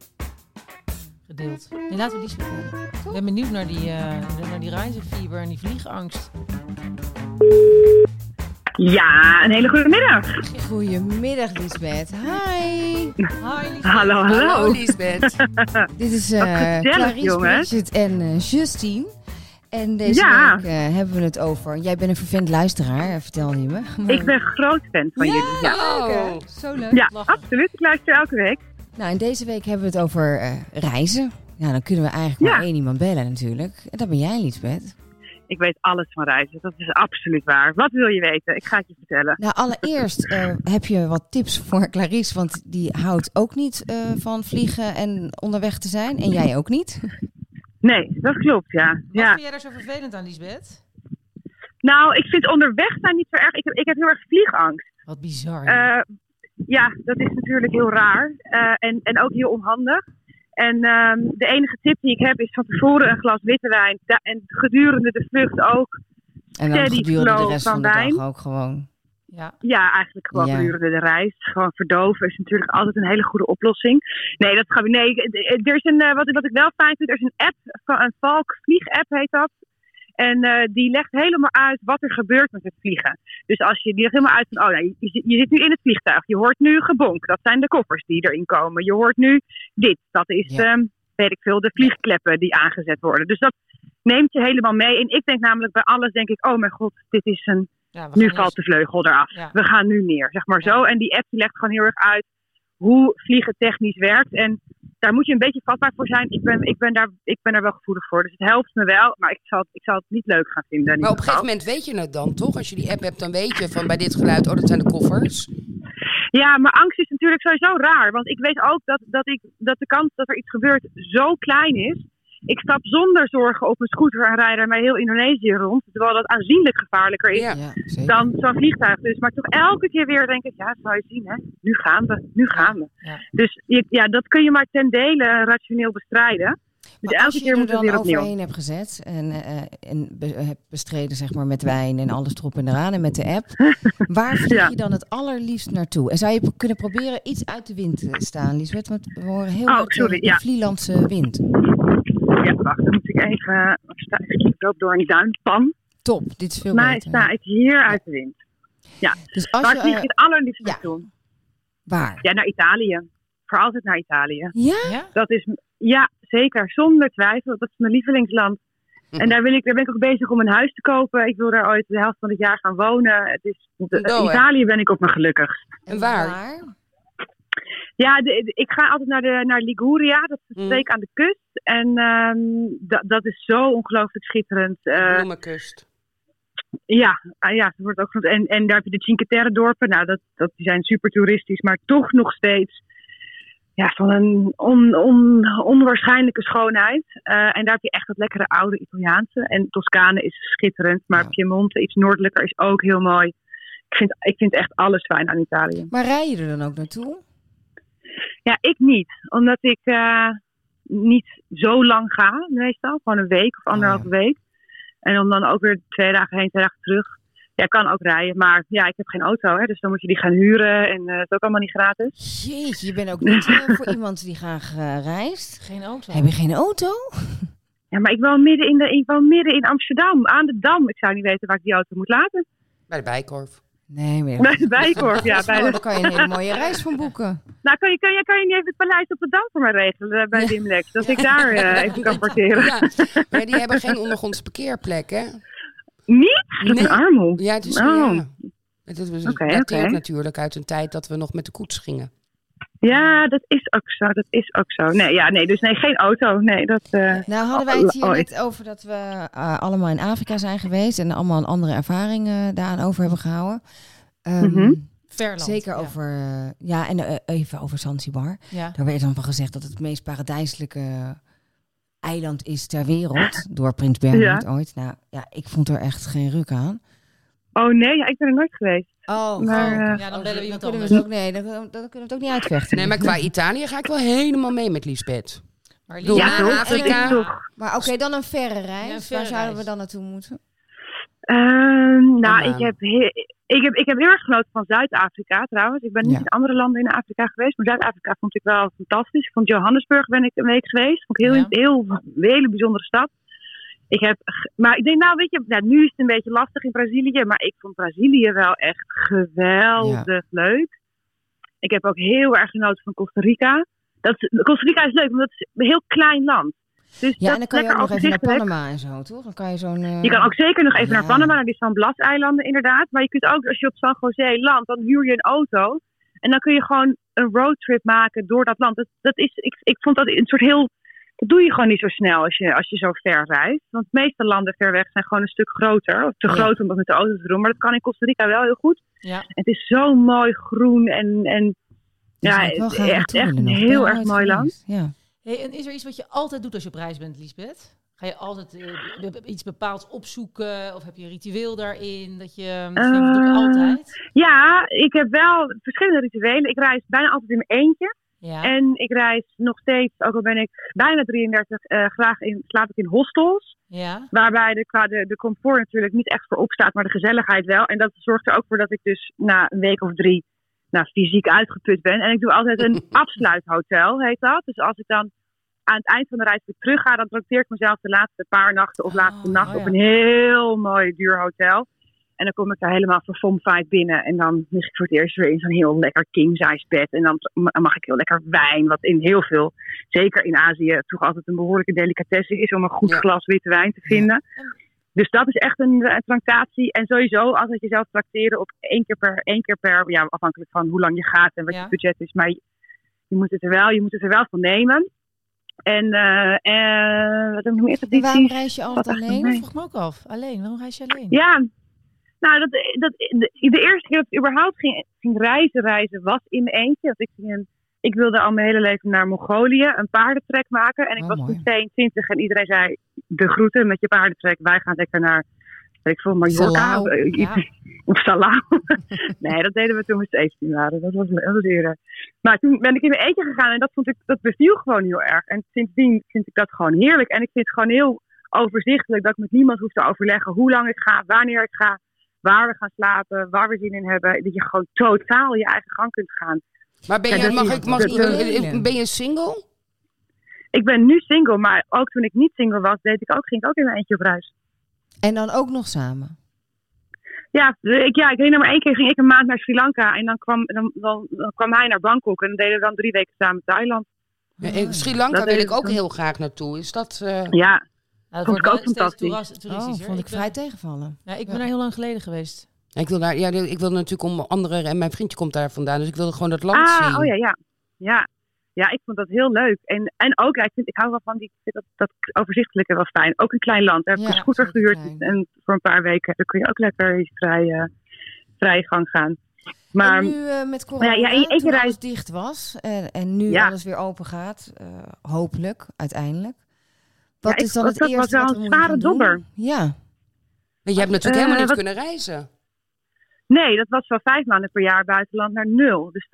Speaker 3: gedeeld. Nee, laten we Liesbeth bellen. Ik ben benieuwd naar die reizenfieber en die vliegangst.
Speaker 7: Ja, een hele goede middag.
Speaker 5: Goedemiddag, Liesbeth. Hi.
Speaker 3: Hi, Liesbeth.
Speaker 7: Hallo, hallo.
Speaker 4: Hallo Liesbeth.
Speaker 5: Dit is
Speaker 7: gezellig,
Speaker 5: Clarice,
Speaker 7: jongens.
Speaker 5: Bridget en Justine. En deze
Speaker 7: Ja.
Speaker 5: week hebben we het over... Jij bent een vervent luisteraar, vertelde je me. Maar-
Speaker 7: Ik ben groot fan van jullie. Ja,
Speaker 5: leuk, hè?
Speaker 4: Oh.
Speaker 5: Zo leuk.
Speaker 7: ja
Speaker 3: lachen.
Speaker 7: absoluut. Ik luister elke week.
Speaker 5: Nou, en deze week hebben we het over reizen. Ja, dan kunnen we eigenlijk maar één iemand bellen natuurlijk. En dat ben jij, Liesbeth.
Speaker 7: Ik weet alles van reizen. Dat is absoluut waar. Wat wil je weten? Ik ga het je vertellen.
Speaker 5: Nou, allereerst heb je wat tips voor Clarice, want die houdt ook niet van vliegen en onderweg te zijn. En jij ook niet.
Speaker 7: Nee, dat klopt, ja.
Speaker 3: Wat
Speaker 7: ja.
Speaker 3: vind jij daar zo vervelend aan, Liesbeth?
Speaker 7: Nou, ik vind onderweg zijn niet zo erg. Ik heb heel erg vliegangst.
Speaker 3: Wat bizar.
Speaker 7: Ja, dat is natuurlijk heel raar. En ook heel onhandig. En de enige tip die ik heb is van tevoren een glas witte wijn. En gedurende de vlucht ook.
Speaker 5: En dan
Speaker 7: Steady
Speaker 5: gedurende de
Speaker 7: flow
Speaker 5: rest
Speaker 7: van
Speaker 5: van de
Speaker 7: wijn.
Speaker 5: dag ook gewoon.
Speaker 3: Ja.
Speaker 7: Ja, eigenlijk gewoon
Speaker 5: Ja.
Speaker 7: gedurende de reis. Gewoon verdoven is natuurlijk altijd een hele goede oplossing. Nee, dat gaat nee. Er is een wat ik wel fijn vind. Er is een app, een Valk vlieg-app heet dat. En die legt helemaal uit wat er gebeurt met het vliegen. Dus die legt helemaal uit van, je zit nu in het vliegtuig. Je hoort nu gebonk. Dat zijn de koffers die erin komen. Je hoort nu dit. Dat is, weet ik veel, de vliegkleppen die aangezet worden. Dus dat neemt je helemaal mee. En ik denk namelijk bij alles, denk ik, oh mijn god, dit is een...
Speaker 3: Ja,
Speaker 7: Nu valt de vleugel eraf.
Speaker 3: Ja.
Speaker 7: We gaan nu neer, zeg maar zo. En die app die legt gewoon heel erg uit hoe vliegen technisch werkt. En daar moet je een beetje vatbaar voor zijn. Ik ben daar wel gevoelig voor. Dus het helpt me wel, maar ik zal het niet leuk gaan vinden.
Speaker 4: Maar op een gegeven moment weet je het dan, toch? Als je die app hebt, dan weet je van bij dit geluid, dat zijn de koffers.
Speaker 7: Ja, maar angst is natuurlijk sowieso raar. Want ik weet ook dat de kans dat er iets gebeurt zo klein is. Ik stap zonder zorgen op een scooter en rijd ermee heel Indonesië rond. Terwijl dat aanzienlijk gevaarlijker is
Speaker 4: Ja.
Speaker 5: Ja, zeker.
Speaker 7: dan zo'n vliegtuig. Dus, maar toch elke keer weer denk ik, ja, dat zou je zien, hè. Nu gaan we.
Speaker 3: Ja.
Speaker 7: Dus dat kun je maar ten dele rationeel bestrijden. Dus
Speaker 5: Maar als
Speaker 7: elke
Speaker 5: je
Speaker 7: keer
Speaker 5: er
Speaker 7: moet het
Speaker 5: dan
Speaker 7: weer opnieuw.
Speaker 5: overheen hebt gezet en hebt bestreden zeg maar, met wijn en alles erop en eraan en met de app, waar vlieg
Speaker 7: Ja.
Speaker 5: je dan het allerliefst naartoe? En zou je kunnen proberen iets uit de wind te staan, Liesbeth? Want we horen heel
Speaker 7: Oh,
Speaker 5: hard
Speaker 7: sorry,
Speaker 5: de
Speaker 7: ja.
Speaker 5: Vlielandse wind.
Speaker 7: Ja, wacht, dan moet ik even... Ik loop door een duinpan.
Speaker 5: Top, dit is veel
Speaker 7: Maar
Speaker 5: beter.
Speaker 7: sta ik hier uit de wind. Ja.
Speaker 5: Dus als
Speaker 7: Waar vlieg je
Speaker 5: je...
Speaker 7: het allerliefst
Speaker 5: ja.
Speaker 7: naartoe?
Speaker 5: waar?
Speaker 7: Ja, naar Italië. Voor altijd naar Italië.
Speaker 5: Ja?
Speaker 3: Ja?
Speaker 7: Dat is, ja, zeker. Zonder twijfel. Dat is mijn lievelingsland. En daar ben ik ook bezig om een huis te kopen. Ik wil daar ooit de helft van het jaar gaan wonen. Het is,
Speaker 4: hè?
Speaker 7: Italië ben ik op mijn gelukkigst.
Speaker 4: En waar?
Speaker 7: Ja, ik ga altijd naar Liguria. Dat is een streek aan de kust. En dat is zo ongelooflijk schitterend.
Speaker 4: Bloemenkust.
Speaker 7: Ja, dat wordt ook genoemd. En daar heb je de Cinque Terre dorpen. Nou, die zijn super toeristisch, maar toch nog steeds van een onwaarschijnlijke schoonheid. En daar heb je echt dat lekkere oude Italiaanse. En Toscane is schitterend, maar Piemonte, iets noordelijker, is ook heel mooi. Ik vind echt alles fijn aan Italië.
Speaker 5: Maar rij je er dan ook naartoe?
Speaker 7: Ja, ik niet. Omdat ik niet zo lang ga, meestal. Gewoon een week of anderhalve week. En om dan ook weer 2 dagen heen, 2 dagen terug. Ja, ik kan ook rijden. Maar ja, ik heb geen auto. Hè, dus dan moet je die gaan huren. En dat is ook allemaal niet gratis.
Speaker 5: Jeetje, je bent ook niet voor iemand die graag reist.
Speaker 3: Geen auto.
Speaker 5: Heb je geen auto?
Speaker 7: Ja, maar ik woon midden in Amsterdam. Aan de Dam. Ik zou niet weten waar ik die auto moet laten.
Speaker 4: Bij de Bijkorf.
Speaker 5: Nee, maar
Speaker 7: Bij de Bijkorf, ja. Bij
Speaker 5: oh,
Speaker 7: de...
Speaker 5: daar kan je een hele mooie reis van boeken.
Speaker 7: Nou, kan je niet even het paleis op de Dam voor mij regelen bij Dimlex? Dat ik daar even kan parkeren.
Speaker 4: Ja, maar die hebben geen ondergrondse parkeerplek, hè?
Speaker 7: Niet? Dat is
Speaker 4: Nee.
Speaker 7: een armoe.
Speaker 4: Ja, het is Het
Speaker 7: Oké.
Speaker 4: dateert natuurlijk uit een tijd dat we nog met de koets gingen.
Speaker 7: Ja, dat is ook zo. Nee, dus geen auto. Nee, dat...
Speaker 5: Nou hadden wij het hier
Speaker 7: ooit.
Speaker 5: net over dat we allemaal in Afrika zijn geweest en allemaal een andere ervaring daaraan over hebben gehouden.
Speaker 3: Verland.
Speaker 5: Zeker over, en even over Zanzibar.
Speaker 3: Ja.
Speaker 5: Daar werd dan van gezegd dat het meest paradijselijke eiland is ter wereld, door Prins Bernhard ooit. Nou ja, ik vond er echt geen ruk aan.
Speaker 7: Oh nee, ik ben er nooit geweest.
Speaker 5: Oh,
Speaker 7: Maar,
Speaker 3: Ja, dan bellen we iemand
Speaker 5: kunnen we
Speaker 3: anders.
Speaker 5: het ook, nee, dan kunnen we het ook niet uitvechten.
Speaker 4: Nee, maar qua Italië ga ik wel helemaal mee met Liesbeth.
Speaker 3: Maar
Speaker 4: Doe
Speaker 7: Ja,
Speaker 4: maar
Speaker 7: toch?
Speaker 4: Afrika.
Speaker 7: Dat is toch...
Speaker 5: Maar oké, dan een verre reis.
Speaker 3: Ja, een verre
Speaker 5: Waar zouden
Speaker 3: reis.
Speaker 5: we dan naartoe moeten?
Speaker 7: Nou, ik heb heel erg genoten van Zuid-Afrika trouwens. Ik ben niet in andere landen in Afrika geweest. Maar Zuid-Afrika vond ik wel fantastisch. Ik vond Johannesburg ben ik een week geweest. Vond ik een hele bijzondere stad. Maar ik denk, nou weet je, nu is het een beetje lastig in Brazilië. Maar ik vond Brazilië wel echt geweldig leuk. Ik heb ook heel erg genoten van Costa Rica. Costa Rica is leuk, omdat het is een heel klein land. Dus
Speaker 5: Ja,
Speaker 7: dat
Speaker 5: en dan kan je
Speaker 7: lekker
Speaker 5: ook nog even naar
Speaker 7: overzichtelijk.
Speaker 5: Panama en zo, toch? Dan kan je zo'n...
Speaker 7: Je kan ook zeker nog even
Speaker 5: Ja.
Speaker 7: naar Panama, naar die San Blas-eilanden inderdaad. Maar je kunt ook, als je op San José landt, dan huur je een auto. En dan kun je gewoon een roadtrip maken door dat land. Ik vond dat een soort heel... Dat doe je gewoon niet zo snel als je zo ver reist. Want de meeste landen ver weg zijn gewoon een stuk groter. Of te groot om dat met de auto te doen. Maar dat kan in Costa Rica wel heel goed.
Speaker 3: Ja.
Speaker 7: Het is zo mooi groen en ja,
Speaker 5: zou ik wel graag
Speaker 7: echt
Speaker 5: naartoe
Speaker 7: een
Speaker 5: willen nog. Ik
Speaker 7: heel
Speaker 5: ben er
Speaker 7: erg
Speaker 5: nooit
Speaker 7: mooi land.
Speaker 5: geweest. Ja.
Speaker 3: Hey, en is er iets wat je altijd doet als je op reis bent, Liesbeth? Ga je altijd iets bepaalds opzoeken? Of heb je een ritueel daarin? Dat je dat doe ik altijd.
Speaker 7: Ja, ik heb wel verschillende rituelen. Ik reis bijna altijd in mijn eentje.
Speaker 3: Ja.
Speaker 7: En ik reis nog steeds, ook al ben ik bijna 33, slaap ik in hostels.
Speaker 3: Ja.
Speaker 7: Waarbij de comfort natuurlijk niet echt voor opstaat, maar de gezelligheid wel. En dat zorgt er ook voor dat ik dus na een week of 3 fysiek uitgeput ben. En ik doe altijd een afsluithotel, heet dat. Dus als ik dan aan het eind van de reis weer terug ga, dan trakteer ik mezelf de laatste paar nachten of laatste nacht op een heel mooi duur hotel. En dan kom ik daar helemaal verfomfaaid binnen. En dan lig ik voor het eerst weer in zo'n heel lekker king-size bed. En dan mag ik heel lekker wijn. Wat in heel veel, zeker in Azië, toch altijd een behoorlijke delicatesse is om een goed glas witte wijn te vinden. Dus dat is echt een tractatie. En sowieso altijd jezelf trakteren op één keer per, ja, afhankelijk van hoe lang je gaat en wat je budget is. Maar je moet het er wel van nemen. En wat heb ik nog meer tradities?
Speaker 5: Waarom reis je altijd alleen?
Speaker 3: Dat vroeg me ook af. Alleen, waarom reis je alleen?
Speaker 7: Ja, nou, de eerste keer dat ik überhaupt ging reizen was in mijn eentje. Want ik wilde al mijn hele leven naar Mongolië een paardentrek maken. En ik was toen 22 en iedereen zei, de groeten met je paardentrek. Wij gaan lekker naar, weet ik veel, Mallorca. Of Salau. Nee, dat deden we toen we 17 waren. Dat was eerder. Maar toen ben ik in mijn eentje gegaan en dat beviel gewoon heel erg. En sindsdien vind ik dat gewoon heerlijk. En ik vind het gewoon heel overzichtelijk dat ik met niemand hoef te overleggen hoe lang ik ga, wanneer ik ga, waar we gaan slapen, waar we zin in hebben. Dat je gewoon totaal je eigen gang kunt gaan.
Speaker 4: Maar ben je single? Ik
Speaker 7: ben nu single, maar ook toen ik niet single was, ging ik ook in mijn eentje op reis.
Speaker 5: En dan ook nog samen?
Speaker 7: Ja, ik herinner me 1 keer ging ik een maand naar Sri Lanka en dan kwam hij naar Bangkok en dan deden we dan 3 weken samen Thailand.
Speaker 4: Sri Lanka wil ik ook heel graag naartoe. Is dat...
Speaker 7: Ja,
Speaker 3: dat
Speaker 7: vond ik ook fantastisch.
Speaker 5: Vond ik vrij tegenvallen.
Speaker 3: Ja, ik ben daar heel lang geleden geweest.
Speaker 4: Ik wil natuurlijk om anderen, en mijn vriendje komt daar vandaan, dus ik wilde gewoon dat land zien.
Speaker 7: Oh ja. Ja, ik vond dat heel leuk. En ook, ik hou wel van dat overzichtelijke wel fijn. Ook een klein land. Daar heb ik een scooter gehuurd en voor een paar weken. Dan kun je ook lekker vrij gang gaan. Maar
Speaker 5: en nu met corona, toen alles dicht was en nu alles weer open gaat, hopelijk, uiteindelijk. Wat is dan het eerste
Speaker 7: was wel een zware dobber.
Speaker 5: Ja.
Speaker 4: Maar je hebt natuurlijk helemaal niet kunnen reizen.
Speaker 7: Nee, dat was wel 5 maanden per jaar buitenland naar 0. Dus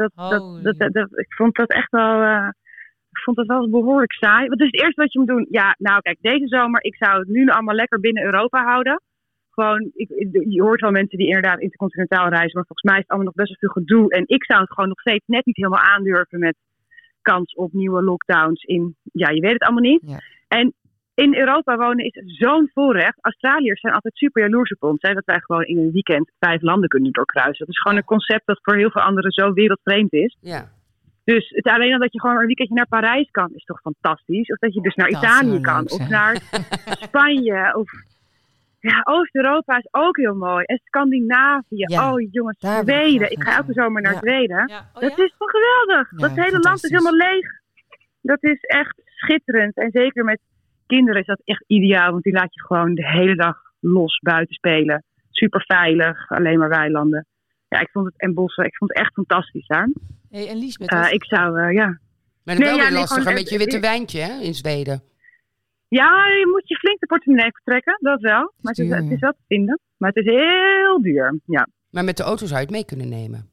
Speaker 7: ik vond dat echt wel... ik vond dat wel behoorlijk saai. Wat is het eerste wat je moet doen? Ja, nou kijk, deze zomer, ik zou het nu allemaal lekker binnen Europa houden. Gewoon, je hoort wel mensen die inderdaad intercontinentaal reizen, maar volgens mij is het allemaal nog best wel veel gedoe. En ik zou het gewoon nog steeds net niet helemaal aandurven met kans op nieuwe lockdowns in... Ja, je weet het allemaal niet. Ja. En in Europa wonen is zo'n voorrecht. Australiërs zijn altijd super jaloers op ons. Hè, dat wij gewoon in een weekend 5 landen kunnen doorkruisen. Dat is gewoon een concept dat voor heel veel anderen zo wereldvreemd is.
Speaker 4: Ja.
Speaker 7: Dus het alleen al dat je gewoon een weekendje naar Parijs kan, is toch fantastisch. Of dat je dus naar Italië kan. Leuk, of naar Spanje. Of ja, Oost-Europa is ook heel mooi. En Scandinavië. Ja, oh jongens, Zweden. Ik ga elke zomer naar Zweden. Ja. Oh, dat is toch geweldig. Ja, dat hele land is helemaal leeg. Dat is echt schitterend. En zeker met kinderen is dat echt ideaal, want die laat je gewoon de hele dag los buiten spelen. Super veilig, alleen maar weilanden. Ja, ik vond het en bossen, ik vond het echt fantastisch daar.
Speaker 3: Hey, en Liesbeth?
Speaker 7: Ik zou, ja.
Speaker 4: Maar het is wel weer lastig, een beetje witte wijntje hè, in Zweden.
Speaker 7: Ja, je moet je flink de portemonnee vertrekken, dat wel. Maar het is wel te vinden. Maar het is heel duur, ja.
Speaker 4: Maar met de auto zou je het mee kunnen nemen.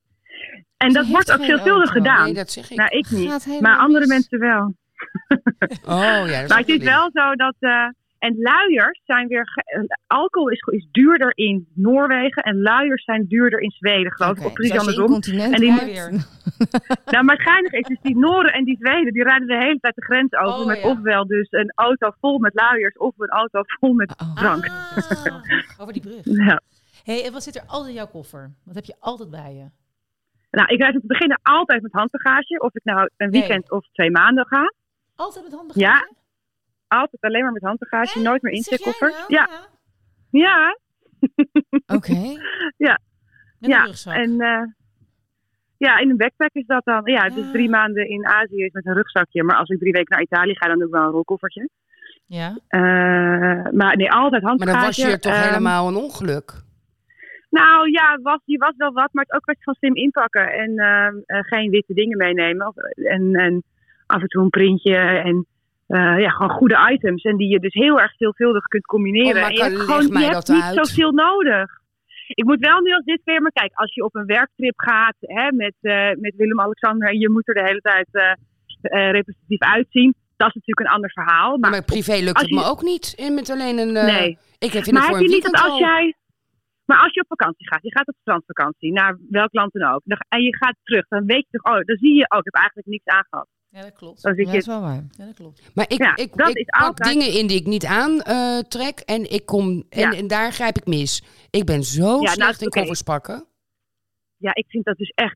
Speaker 7: En dat wordt ook veelvuldig gedaan.
Speaker 4: Nee, dat zeg ik.
Speaker 7: Nou, ik niet. Maar andere mensen wel.
Speaker 4: Oh ja,
Speaker 7: maar het is wel zo dat... en luiers zijn weer... alcohol is duurder in Noorwegen en luiers zijn duurder in Zweden, geloof ik. Of precies andersom.
Speaker 5: En die
Speaker 7: weer. Nou, maar het geinige is dus die Nooren en die Zweden, die rijden de hele tijd de grens over met ofwel dus een auto vol met luiers of een auto vol met drank.
Speaker 3: Over die brug.
Speaker 7: Ja.
Speaker 3: Hey, en wat zit er altijd in jouw koffer? Wat heb je altijd bij je?
Speaker 7: Nou, ik rijd op het begin altijd met handbagage. Of ik nou een weekend of 2 maanden ga.
Speaker 3: Altijd met handbagage?
Speaker 7: altijd alleen maar met handbagage, nooit meer incheckkoffers.
Speaker 3: Nou?
Speaker 7: Ja.
Speaker 5: Oké.
Speaker 3: Met een rugzak.
Speaker 7: En in een backpack is dat dan. Ja, dus 3 maanden in Azië is met een rugzakje. Maar als ik 3 weken naar Italië ga, dan doe ik wel een rolkoffertje.
Speaker 3: Ja.
Speaker 7: Maar nee, altijd handbagage.
Speaker 4: Maar dan was je toch helemaal een ongeluk?
Speaker 7: Nou ja, die was wel wat, maar het ook kwestie van slim inpakken. En geen witte dingen meenemen. En af en toe een printje en gewoon goede items. En die je dus heel erg veelvuldig kunt combineren.
Speaker 4: Maar
Speaker 7: en je hebt niet zoveel nodig. Ik moet wel nu als dit weer, maar kijk, als je op een werktrip gaat met Willem-Alexander en je moet er de hele tijd representatief uitzien, dat is natuurlijk een ander verhaal.
Speaker 4: Maar privé lukt het me ook niet met alleen een...
Speaker 7: Nee.
Speaker 4: Ik vind
Speaker 7: maar
Speaker 4: het voor
Speaker 7: heb
Speaker 4: een
Speaker 7: je niet dat
Speaker 4: weekend al.
Speaker 7: Maar als je op vakantie gaat, je gaat op strandvakantie, naar welk land dan ook, en je gaat terug, dan weet je toch, dan zie je, ik heb eigenlijk niks aangehad.
Speaker 3: Ja, dat klopt.
Speaker 5: Ja, dat is wel waar.
Speaker 3: Ja, dat klopt.
Speaker 4: Maar ik pak
Speaker 7: altijd
Speaker 4: dingen in die ik niet aantrek en ik kom en daar grijp ik mis. Ik ben zo slecht in koffers pakken.
Speaker 7: Ja, ik vind dat dus echt.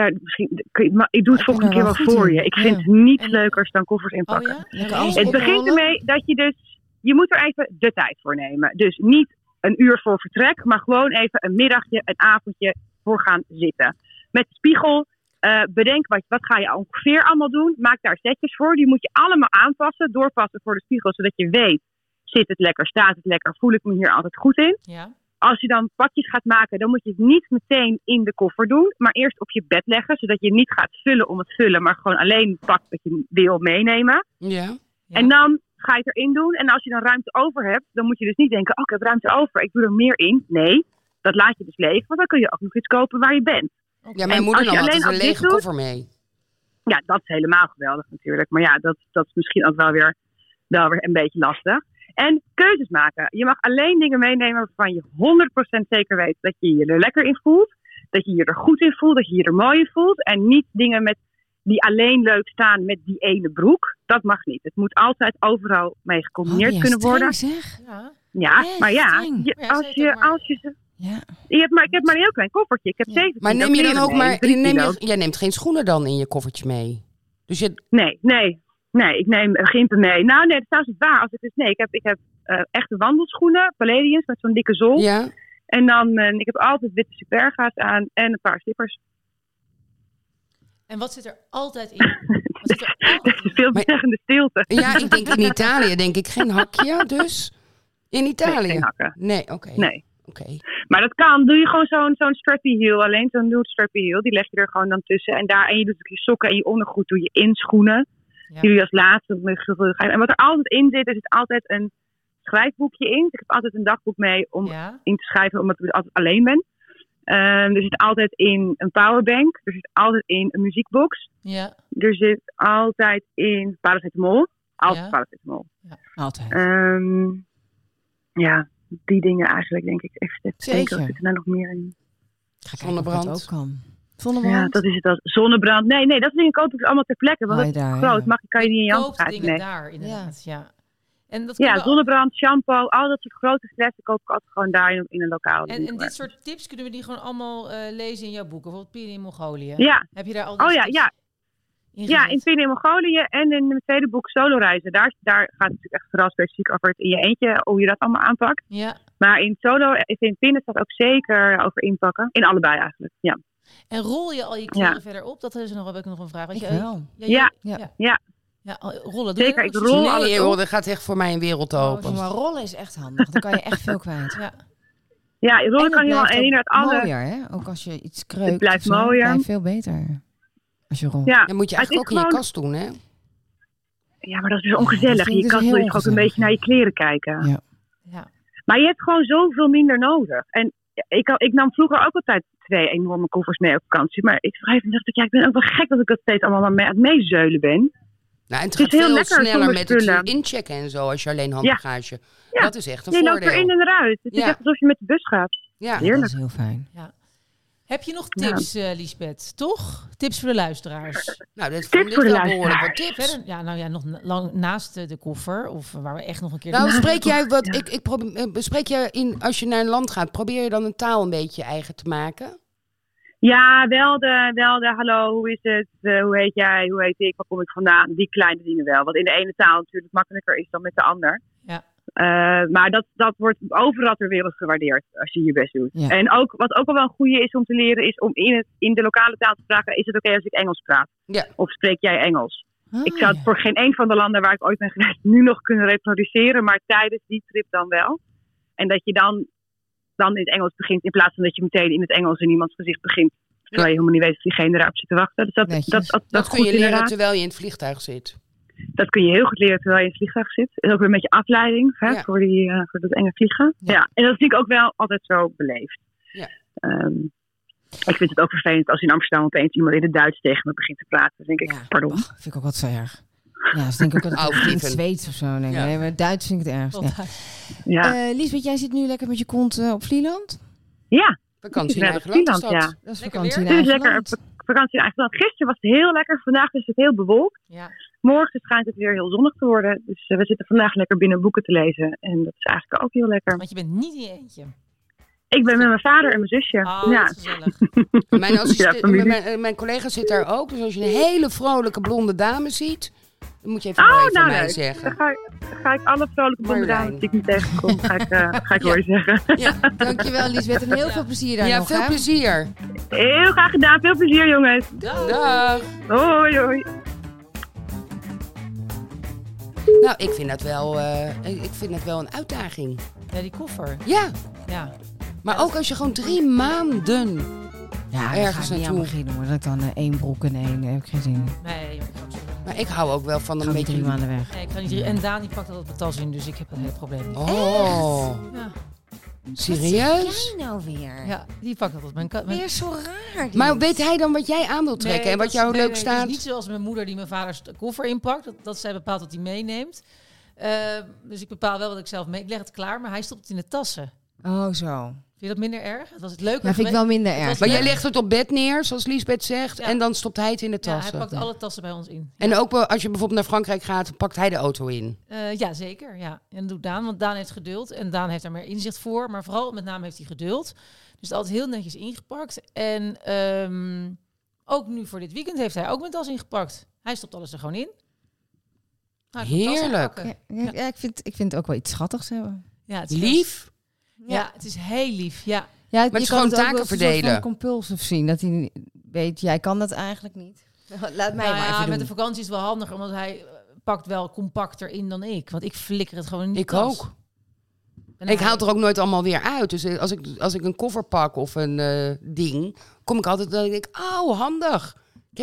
Speaker 7: Ik doe het volgende keer wel voor je. Ik vind het niets leukers dan koffers inpakken. Het begint ermee dat je dus, je moet er even de tijd voor nemen. Dus niet een uur voor vertrek, maar gewoon even een middagje, een avondje voor gaan zitten. Met de spiegel. Bedenk wat ga je ongeveer allemaal doen. Maak daar setjes voor. Die moet je allemaal aanpassen. Doorpassen voor de spiegel. Zodat je weet. Zit het lekker? Staat het lekker? Voel ik me hier altijd goed in?
Speaker 3: Ja.
Speaker 7: Als je dan pakjes gaat maken. Dan moet je het niet meteen in de koffer doen. Maar eerst op je bed leggen. Zodat je niet gaat vullen om het vullen. Maar gewoon alleen het pak dat je wil meenemen.
Speaker 4: Ja.
Speaker 7: En dan ga je het erin doen. En als je dan ruimte over hebt. Dan moet je dus niet denken. Ik heb ruimte over. Ik doe er meer in. Nee. Dat laat je dus leeg. Want dan kun je ook nog iets kopen waar je bent.
Speaker 4: Ja, mijn moeder nam altijd een lege koffer mee.
Speaker 7: Ja, dat is helemaal geweldig natuurlijk. Maar ja, dat is misschien ook wel weer een beetje lastig. En keuzes maken. Je mag alleen dingen meenemen waarvan je 100% zeker weet dat je je er lekker in voelt. Dat je je er goed in voelt. Dat je je er mooi in voelt. En niet dingen die alleen leuk staan met die ene broek. Dat mag niet. Het moet altijd overal mee gecombineerd kunnen worden.
Speaker 5: Zeg.
Speaker 7: Ja, maar als je ze...
Speaker 5: Ja.
Speaker 7: Ik heb maar een heel klein koffertje. Ik heb 17.
Speaker 4: Maar neem je dan ook jij neemt geen schoenen dan in je koffertje mee? Dus
Speaker 7: Nee, ik neem gimpen mee. Nou nee, dat is trouwens niet waar. Ik heb echte wandelschoenen, Palladiums met zo'n dikke zool.
Speaker 4: Ja.
Speaker 7: En dan, ik heb altijd witte Superga's aan en een paar slippers.
Speaker 3: En wat zit er altijd in?
Speaker 7: Dat is veel bezeggende stilte.
Speaker 4: Ja, ik denk in Italië denk ik geen hakje, dus in Italië.
Speaker 7: Nee, geen hakken.
Speaker 4: Nee, oké.
Speaker 7: Nee.
Speaker 4: Okay.
Speaker 7: Maar dat kan. Doe je gewoon zo'n strappy heel. Alleen zo'n nude strappy heel. Die leg je er gewoon dan tussen. En je doet je sokken en je ondergoed doe je in schoenen. Ja. Die doe je als laatste. En wat er altijd in zit, er zit altijd een schrijfboekje in. Ik heb altijd een dagboek mee om in te schrijven, omdat ik altijd alleen ben. Er zit altijd in een powerbank. Er zit altijd in een muziekbox.
Speaker 3: Ja.
Speaker 7: Er zit altijd in paracetamol. Altijd paracetamol.
Speaker 5: Ja, altijd.
Speaker 7: Die dingen eigenlijk, denk ik. Even zeker. Zit er nou nog meer in?
Speaker 4: Zonnebrand
Speaker 5: ook kan. Zonnebrand?
Speaker 7: Ja, dat is het. Zonnebrand. Nee, dat soort dingen koop ik allemaal ter plekke. Want het is groot. Kan je niet in je hand krijgen.
Speaker 3: Dingen daar, inderdaad. Ja. En dat
Speaker 7: zonnebrand, shampoo, al dat soort grote flessen koop ik altijd gewoon daar in een lokaal.
Speaker 3: En dit soort tips kunnen we die gewoon allemaal lezen in jouw boeken. Bijvoorbeeld Pini in Mongolië.
Speaker 7: Ja.
Speaker 3: Heb je daar al die
Speaker 7: Ja, in Pini in Mongolië en in mijn tweede boek Solo Reizen. Daar gaat het natuurlijk echt vooral specifiek over het in je eentje, hoe je dat allemaal aanpakt.
Speaker 3: Ja.
Speaker 7: Maar in Pini staat ook zeker over inpakken. In allebei eigenlijk, ja.
Speaker 3: En rol je al je kleren verder op? Dat is heb ik nog een vraag.
Speaker 5: Ik wel.
Speaker 7: Ja,
Speaker 3: rollen.
Speaker 7: Zeker, ik rol alles op.
Speaker 4: Dat gaat echt voor mij een wereld open.
Speaker 5: Maar rollen is echt handig. Dan kan je echt veel kwijt.
Speaker 7: Ja, rollen kan je wel inderdaad alle.
Speaker 5: Mooier, hè? Ook als je iets kreukt.
Speaker 7: Het blijft mooier.
Speaker 5: Het blijft veel beter. Als je rolt.
Speaker 4: Ja, dan moet je eigenlijk ook in je kast doen, hè?
Speaker 7: Ja, maar dat is dus ongezellig. In je kast wil je ook een beetje naar je kleren kijken.
Speaker 3: Ja.
Speaker 7: Maar je hebt gewoon zoveel minder nodig. En ik nam vroeger ook altijd 2 enorme koffers mee op vakantie. Maar ik dacht ik ben ook wel gek dat ik dat steeds allemaal maar aan het meezeulen ben.
Speaker 4: Nou, en het gaat veel sneller met het inchecken en zo als je alleen handbagage. Ja. Dat is echt een voordeel.
Speaker 7: Je loopt erin en eruit. Het is echt alsof je met de bus gaat.
Speaker 5: Ja, heerlijk. Dat is heel fijn.
Speaker 3: Ja. Heb je nog tips, Liesbeth? Toch? Tips voor de luisteraars?
Speaker 4: Nou, dit ligt wel behoorlijk wat tips.
Speaker 3: Verder, nog lang naast de koffer. Of waar we echt nog een keer...
Speaker 4: Nou, bespreek jij als je naar een land gaat, probeer je dan een taal een beetje eigen te maken?
Speaker 7: Ja, wel de hallo, hoe is het? Hoe heet jij? Hoe heet ik? Waar kom ik vandaan? Die kleine dingen wel. Wat in de ene taal natuurlijk makkelijker is dan met de ander.
Speaker 3: Ja.
Speaker 7: Maar dat wordt overal ter wereld gewaardeerd als je je best doet.
Speaker 5: Ja.
Speaker 7: En ook, wat ook al wel een goede is om te leren, is om in de lokale taal te vragen, is het oké als ik Engels praat?
Speaker 4: Ja.
Speaker 7: Of spreek jij Engels?
Speaker 5: Ah,
Speaker 7: Ik zou het voor geen een van de landen waar ik ooit ben geweest nu nog kunnen reproduceren, maar tijdens die trip dan wel. En dat je dan in het Engels begint, in plaats van dat je meteen in het Engels in iemands gezicht begint, terwijl je helemaal niet weet of diegene erop zit te wachten. Dus
Speaker 4: Dat kun
Speaker 7: goed
Speaker 4: je leren
Speaker 7: inderdaad.
Speaker 4: terwijl je in het vliegtuig zit.
Speaker 7: Dat kun je heel goed leren terwijl je in het vliegtuig zit. En ook weer met je afleiding
Speaker 4: Ja.
Speaker 7: voor dat enge vliegen. Ja. En dat vind ik ook wel altijd zo beleefd.
Speaker 4: Ja.
Speaker 7: Ik vind het ook vervelend als in Amsterdam opeens iemand in het Duits tegen me begint te praten. Dan denk ik, pardon.
Speaker 5: Och, vind ik ook wat zo erg. Ja, dus denk ik ook dat ik in het Zweeds of zo. Denk.
Speaker 4: Ja.
Speaker 5: Nee, maar Duits vind ik het ergst. Ja.
Speaker 7: Ja.
Speaker 5: Liesbeth, jij zit nu lekker met je kont op Vlieland?
Speaker 7: Ja.
Speaker 4: Vakantie in
Speaker 7: Ja,
Speaker 4: eigen
Speaker 7: dat is
Speaker 4: land is
Speaker 7: Vlieland,
Speaker 4: dat.
Speaker 5: Dat is
Speaker 3: Lekker
Speaker 5: vakantie in
Speaker 3: weer?
Speaker 7: Het is
Speaker 5: eigen
Speaker 7: lekker
Speaker 5: land.
Speaker 7: vakantie in eigen land. Gisteren was het heel lekker. Vandaag is het heel bewolkt.
Speaker 3: Ja.
Speaker 7: Morgen schijnt het weer heel zonnig te worden. Dus we zitten vandaag lekker binnen boeken te lezen. En dat is eigenlijk ook heel lekker.
Speaker 3: Want je bent niet in je eentje.
Speaker 7: Ik ben met mijn vader en mijn zusje.
Speaker 3: Oh,
Speaker 7: Ja.
Speaker 3: dat is gezellig.
Speaker 4: Mijn,
Speaker 7: Ja, familie.
Speaker 4: mijn collega zit daar ook. Dus als je een hele vrolijke blonde dame ziet, dan moet je even
Speaker 7: Oh,
Speaker 4: hoi van
Speaker 7: nou
Speaker 4: mij
Speaker 7: leuk.
Speaker 4: zeggen.
Speaker 7: Dan ga ik alle vrolijke blonde
Speaker 4: Marjolein.
Speaker 7: dames die ik niet tegenkom, ga ik hoor zeggen.
Speaker 4: Ja,
Speaker 5: Dankjewel, Liesbeth. En heel veel plezier daar
Speaker 4: ja
Speaker 5: nog,
Speaker 4: veel
Speaker 5: hè?
Speaker 4: plezier.
Speaker 7: Heel graag gedaan. Veel plezier, jongens.
Speaker 4: Dag.
Speaker 7: Hoi, hoi.
Speaker 4: Nou, ik vind dat wel een uitdaging.
Speaker 3: Ja, die koffer.
Speaker 4: Ja,
Speaker 3: Ja.
Speaker 4: maar ook als je gewoon 3 maanden...
Speaker 5: Ja, daar
Speaker 4: Ergens
Speaker 5: ga ik niet aan
Speaker 4: naartoe.
Speaker 5: beginnen hoor. Dat ik dan 1 broek en 1 heb ik geen zin in.
Speaker 3: Nee, joh, ik ga ook zo doen.
Speaker 4: Maar ik hou ook wel van
Speaker 5: Ik
Speaker 4: een
Speaker 5: ga niet
Speaker 4: beetje...
Speaker 5: 3 maanden weg.
Speaker 3: Nee, ik ga niet en Daan die pakt altijd mijn tas in, dus ik heb een heel probleem niet.
Speaker 4: Oh,
Speaker 3: Ja.
Speaker 4: serieus?
Speaker 5: Jij nou weer?
Speaker 3: Ja, die pakt altijd mijn
Speaker 5: Weer zo raar. dit.
Speaker 4: Maar weet hij dan wat jij aan wilt trekken en wat jou leuk
Speaker 3: Het
Speaker 4: staat?
Speaker 3: is niet zoals mijn moeder die mijn vaders koffer inpakt. Dat zij bepaalt wat hij meeneemt. Dus ik bepaal wel wat ik zelf mee. Ik leg het klaar, maar hij stopt het in de tassen.
Speaker 5: Oh, zo.
Speaker 3: Vind je dat minder erg? Het was het leuker.
Speaker 5: Ja, vind ik wel minder
Speaker 3: Het
Speaker 5: erg.
Speaker 3: was
Speaker 4: Maar jij
Speaker 3: leuk.
Speaker 4: legt het op bed neer, zoals Liesbeth zegt,
Speaker 3: Ja.
Speaker 4: en dan stopt hij het in de
Speaker 3: Ja, hij
Speaker 4: tassen.
Speaker 3: pakt alle tassen bij ons in.
Speaker 4: En ook wel, als je bijvoorbeeld naar Frankrijk gaat, pakt hij de auto in.
Speaker 3: Ja, zeker. Ja. En dat doet Daan, want Daan heeft geduld. En Daan heeft daar meer inzicht voor. Maar vooral met name heeft hij geduld. Dus het is altijd heel netjes ingepakt. En ook nu voor dit weekend heeft hij ook mijn tas ingepakt. Hij stopt alles er gewoon in. Nou, ik moet tas
Speaker 4: Heerlijk.
Speaker 3: inpakken.
Speaker 5: Ja, ik vind het ook wel iets schattigs hebben.
Speaker 3: Ja, het is
Speaker 4: Lief.
Speaker 3: Ja, het is heel lief. Ja.
Speaker 5: Ja,
Speaker 4: het is gewoon taken verdelen.
Speaker 5: Compulsive zien. Dat hij weet, jij kan dat eigenlijk niet. Laat mij
Speaker 3: Nou
Speaker 5: maar
Speaker 3: ja,
Speaker 5: even
Speaker 3: met de
Speaker 5: doen.
Speaker 3: vakantie is het wel handiger, omdat hij pakt wel compacter in dan ik. Want ik flikker het gewoon in die
Speaker 4: Ik
Speaker 3: tas.
Speaker 4: ook.
Speaker 3: En
Speaker 4: Ik
Speaker 3: hij-
Speaker 4: haal het er ook nooit allemaal weer uit. Dus als ik een koffer pak of een ding, kom ik altijd dat ik denk, oh, handig.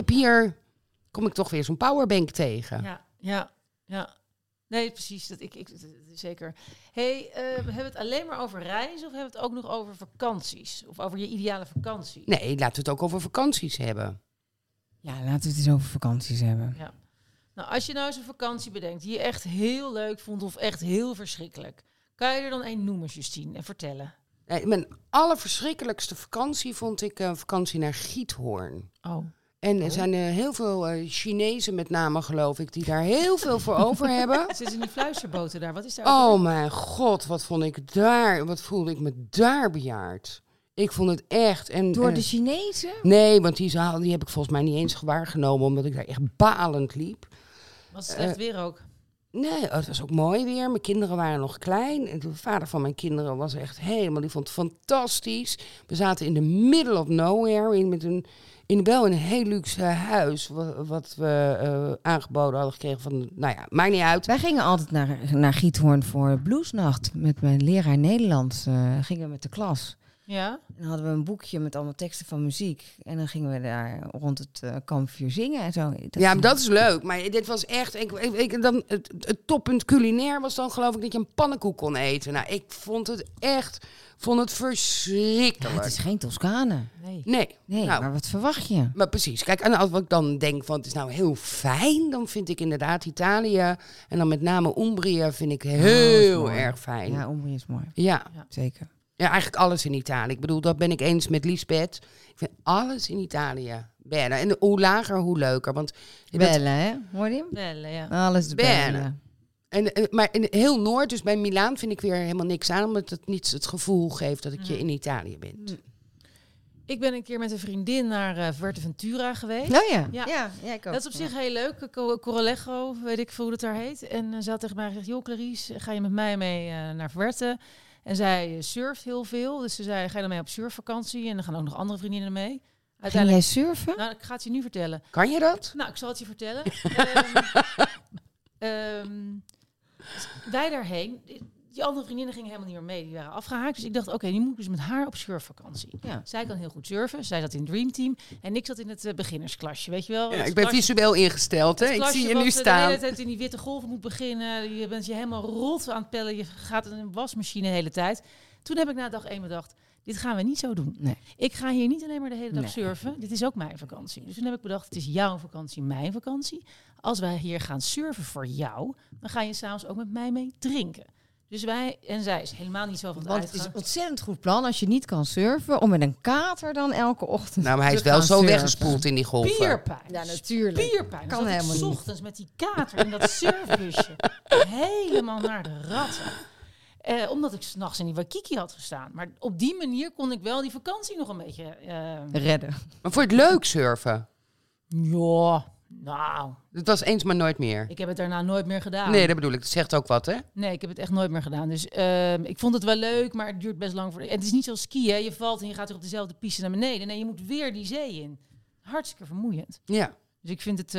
Speaker 4: Kom ik toch weer zo'n powerbank tegen.
Speaker 3: Ja. Nee, precies. Dat zeker. Hey, we hebben het alleen maar over reizen of hebben we het ook nog over vakanties? Of over je ideale vakantie?
Speaker 4: Nee, laten we het ook over vakanties hebben.
Speaker 5: Ja, laten we het eens over vakanties hebben.
Speaker 3: Nou, als je nou eens een vakantie bedenkt die je echt heel leuk vond of echt heel verschrikkelijk, kan je er dan één noemen, Justine, en vertellen?
Speaker 4: Nee, mijn allerverschrikkelijkste vakantie vond ik een vakantie naar Giethoorn.
Speaker 3: Oh.
Speaker 4: En er zijn heel veel Chinezen met name, geloof ik, die daar heel veel voor over hebben.
Speaker 3: Zitten in die fluisterboten daar? Wat is daar?
Speaker 4: Oh mijn god, wat voelde ik me daar bejaard. Ik vond het echt... En,
Speaker 5: Door de Chinezen?
Speaker 4: Nee, want die heb ik volgens mij niet eens waargenomen, omdat ik daar echt balend liep.
Speaker 3: Was het slecht weer ook?
Speaker 4: Nee, het was ook mooi weer. Mijn kinderen waren nog klein. En de vader van mijn kinderen was echt helemaal... Die vond het fantastisch. We zaten in the middle of nowhere. In wel een heel luxe huis. Wat we aangeboden hadden gekregen van... Nou ja, maakt niet uit.
Speaker 5: Wij gingen altijd naar Giethoorn voor bluesnacht. Met mijn leraar Nederlands gingen we met de klas.
Speaker 3: Ja?
Speaker 5: En dan hadden we een boekje met allemaal teksten van muziek. En dan gingen we daar rond het kampvuur zingen en zo.
Speaker 4: Dat is leuk. Maar dit was echt... Het toppunt culinair was dan geloof ik dat je een pannenkoek kon eten. Nou, ik vond het verschrikkelijk.
Speaker 5: Ja, het is geen Toscane.
Speaker 3: Nee.
Speaker 4: Nee,
Speaker 5: Maar wat verwacht je?
Speaker 4: Maar precies. Kijk, en als ik dan denk van het is nou heel fijn, dan vind ik inderdaad Italië en dan met name Umbria vind ik heel
Speaker 5: mooi.
Speaker 4: erg fijn.
Speaker 5: Ja, Umbria is mooi.
Speaker 4: Ja.
Speaker 5: Zeker.
Speaker 4: Ja, eigenlijk alles in Italië. Ik bedoel, dat ben ik eens met Liesbeth. Ik vind alles in Italië bellen. En hoe lager, hoe leuker. Want
Speaker 5: Bellen, hè? Hoor je hem?
Speaker 3: Wel, ja.
Speaker 5: Alles is
Speaker 4: Bellen.
Speaker 5: bellen.
Speaker 4: Maar in heel Noord, dus bij Milaan, vind ik weer helemaal niks aan. Omdat het niet het gevoel geeft dat ik je in Italië bent.
Speaker 3: Ik ben een keer met een vriendin naar Fuerteventura geweest.
Speaker 5: Oh ja.
Speaker 3: Ja.
Speaker 5: Ja, ik ook.
Speaker 3: Dat is op zich heel leuk. Coralejo, weet ik veel hoe dat daar heet. En ze had tegen mij gezegd, joh Clarice, ga je met mij mee naar Fuerte? En zij surft heel veel. Dus ze zei, ga je dan mee op surfvakantie? En dan gaan ook nog andere vriendinnen mee.
Speaker 5: Ging jij surfen?
Speaker 3: Nou, ik ga het je nu vertellen.
Speaker 4: Kan je dat?
Speaker 3: Nou, ik zal het je vertellen. Wij daarheen... Die andere vriendinnen gingen helemaal niet meer mee. Die waren afgehaakt. Dus ik dacht, oké, nu moet ik dus met haar op surfvakantie.
Speaker 5: Ja.
Speaker 3: Zij kan heel goed surfen. Zij zat in het Dream Team. En ik zat in het beginnersklasje, weet je wel.
Speaker 4: Ja,
Speaker 3: Het
Speaker 4: ik ben
Speaker 3: klasje-
Speaker 4: visueel ingesteld, hè?
Speaker 3: het
Speaker 4: Ik
Speaker 3: klasje
Speaker 4: zie je
Speaker 3: wat
Speaker 4: nu
Speaker 3: de
Speaker 4: staan.
Speaker 3: hele tijd in die witte golven moet beginnen. Je bent je helemaal rot aan het pellen. Je gaat in een wasmachine de hele tijd. Toen heb ik na dag 1 bedacht, dit gaan we niet zo doen.
Speaker 5: Nee.
Speaker 3: Ik ga hier niet alleen maar de hele dag
Speaker 5: Nee.
Speaker 3: surfen. Dit is ook mijn vakantie. Dus toen heb ik bedacht, het is jouw vakantie, mijn vakantie. Als wij hier gaan surfen voor jou, dan ga je s'avonds ook met mij mee drinken. Dus zij is helemaal niet zo van het
Speaker 5: Want het is
Speaker 3: uitgaan.
Speaker 5: een ontzettend goed plan als je niet kan surfen, om met een kater dan elke ochtend
Speaker 4: Nou, maar hij is
Speaker 5: te
Speaker 4: wel
Speaker 5: gaan
Speaker 4: zo
Speaker 5: surfen.
Speaker 4: weggespoeld in die golven.
Speaker 3: Spierpijn.
Speaker 5: Ja, natuurlijk.
Speaker 3: Spierpijn.
Speaker 5: Kan
Speaker 3: Kan
Speaker 5: helemaal
Speaker 3: helemaal
Speaker 5: niet.
Speaker 3: ochtends met die kater in dat surfbusje helemaal naar de ratten. Omdat ik 's nachts in die Waikiki had gestaan. Maar op die manier kon ik wel die vakantie nog een beetje...
Speaker 5: redden.
Speaker 4: Maar voor het leuk surfen.
Speaker 3: ja, nou,
Speaker 4: Het was eens maar nooit meer.
Speaker 3: ik heb het daarna nooit meer gedaan.
Speaker 4: Nee, dat bedoel ik. Dat zegt ook wat, hè?
Speaker 3: Nee, ik heb het echt nooit meer gedaan. Dus ik vond het wel leuk, maar het duurt best lang. En het is niet zoals skiën, hè. Je valt en je gaat weer op dezelfde piste naar beneden. Nee, je moet weer die zee in. Hartstikke vermoeiend.
Speaker 4: Ja.
Speaker 3: Dus ik vind het...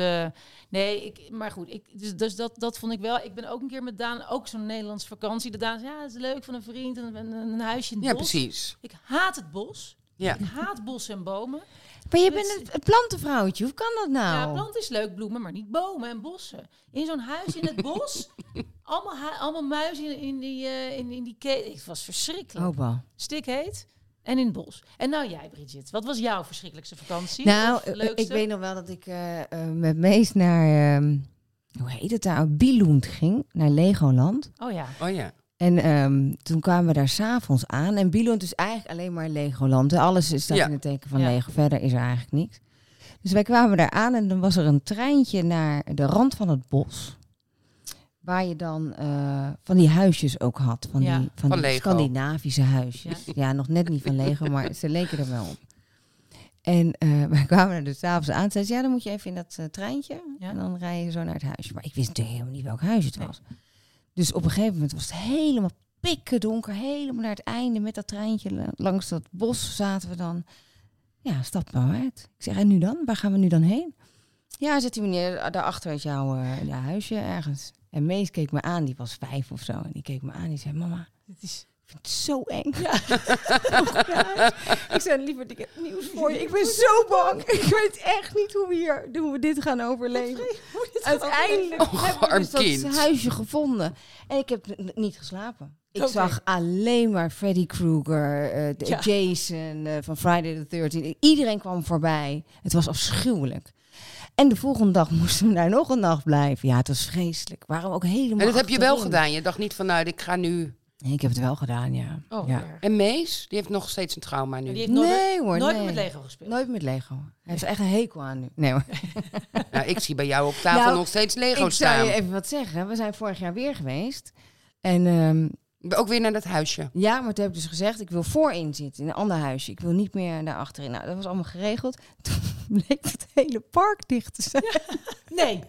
Speaker 3: maar goed, dus dat vond ik wel. Ik ben ook een keer met Daan, ook zo'n Nederlandse vakantie. De Daan zei, ja, dat is leuk van een vriend en een huisje in het
Speaker 4: Ja,
Speaker 3: bos.
Speaker 4: precies.
Speaker 3: Ik haat het bos.
Speaker 4: Ja.
Speaker 3: Ik haat bossen en bomen.
Speaker 5: Maar je bent het plantenvrouwtje. Hoe kan dat nou?
Speaker 3: Ja, plant is leuk, bloemen, maar niet bomen en bossen. In zo'n huis in het bos, allemaal muizen in die keten. Het was verschrikkelijk.
Speaker 5: Oh, bah.
Speaker 3: Stikheet en in het bos. En nou jij, Bridget, wat was jouw verschrikkelijkste vakantie?
Speaker 5: Nou,
Speaker 3: Of leukste?
Speaker 5: ik weet nog wel dat ik met Mees naar, hoe heet het daar, Billund ging, naar Legoland.
Speaker 3: Oh ja.
Speaker 4: Oh ja.
Speaker 5: En toen kwamen we daar 's avonds aan. En Billund is eigenlijk alleen maar Legoland. Hè. Alles staat
Speaker 4: Ja.
Speaker 5: in het teken van
Speaker 3: Ja.
Speaker 5: Lego. Verder is er eigenlijk niks. Dus wij kwamen daar aan en dan was er een treintje naar de rand van het bos. Waar je dan van die huisjes ook had. Van
Speaker 3: Ja.
Speaker 5: die
Speaker 4: Van Lego.
Speaker 5: Scandinavische huisjes. Ja, nog net niet van Lego, maar ze leken er wel op. En wij kwamen er dus 's avonds aan. Zeiden ze, ja, dan moet je even in dat treintje.
Speaker 3: Ja.
Speaker 5: En dan rij je zo naar het huisje. Maar ik wist natuurlijk helemaal niet welk huis het was. Dus op een gegeven moment was het helemaal pikken donker. Helemaal naar het einde met dat treintje. Langs dat bos zaten we dan. Ja, stap maar uit. Ik zeg, en nu dan? Waar gaan we nu dan heen? Ja, zet die meneer daarachter is jouw huisje ergens. En Mees keek me aan, die was 5 of zo. En die keek me aan en die zei, mama,
Speaker 3: Dit is...
Speaker 5: ik vind het zo eng. Ja. Ik zei, lieverd, ik heb nieuws voor je. Ik ben zo bang. Ik weet echt niet hoe we dit gaan overleven. Uiteindelijk hebben we dus
Speaker 4: arm kind.
Speaker 5: dat huisje gevonden. En ik heb niet geslapen. Ik
Speaker 3: Oké.
Speaker 5: zag alleen maar Freddy Krueger,
Speaker 3: Ja.
Speaker 5: Jason van Friday the 13th. Iedereen kwam voorbij. Het was afschuwelijk. En de volgende dag moesten we daar nog een nacht blijven. Ja, het was vreselijk. Waren we ook helemaal
Speaker 4: En dat heb je wel
Speaker 5: achterin.
Speaker 4: gedaan. Je dacht niet van, nou, ik ga nu...
Speaker 5: Nee, ik heb het wel gedaan, ja.
Speaker 3: Oh,
Speaker 5: ja.
Speaker 3: erg.
Speaker 4: En Mees, die heeft nog steeds een trauma nu.
Speaker 3: Die heeft nooit,
Speaker 5: Nee hoor,
Speaker 3: nooit
Speaker 5: nee.
Speaker 3: meer met Lego gespeeld.
Speaker 5: Nooit met Lego. Hij heeft er echt een hekel aan nu. Nee hoor.
Speaker 4: Nou, ik zie bij jou op tafel
Speaker 5: Nou,
Speaker 4: nog steeds Lego
Speaker 5: Ik zou
Speaker 4: staan.
Speaker 5: je even wat zeggen. We zijn vorig jaar weer geweest. En
Speaker 4: Ook weer naar dat huisje.
Speaker 5: ja, maar toen heb ik dus gezegd, ik wil voorin zitten in een ander huisje. Ik wil niet meer daar achterin. Nou, dat was allemaal geregeld. Toen bleek het hele park dicht te zijn.
Speaker 3: Nee.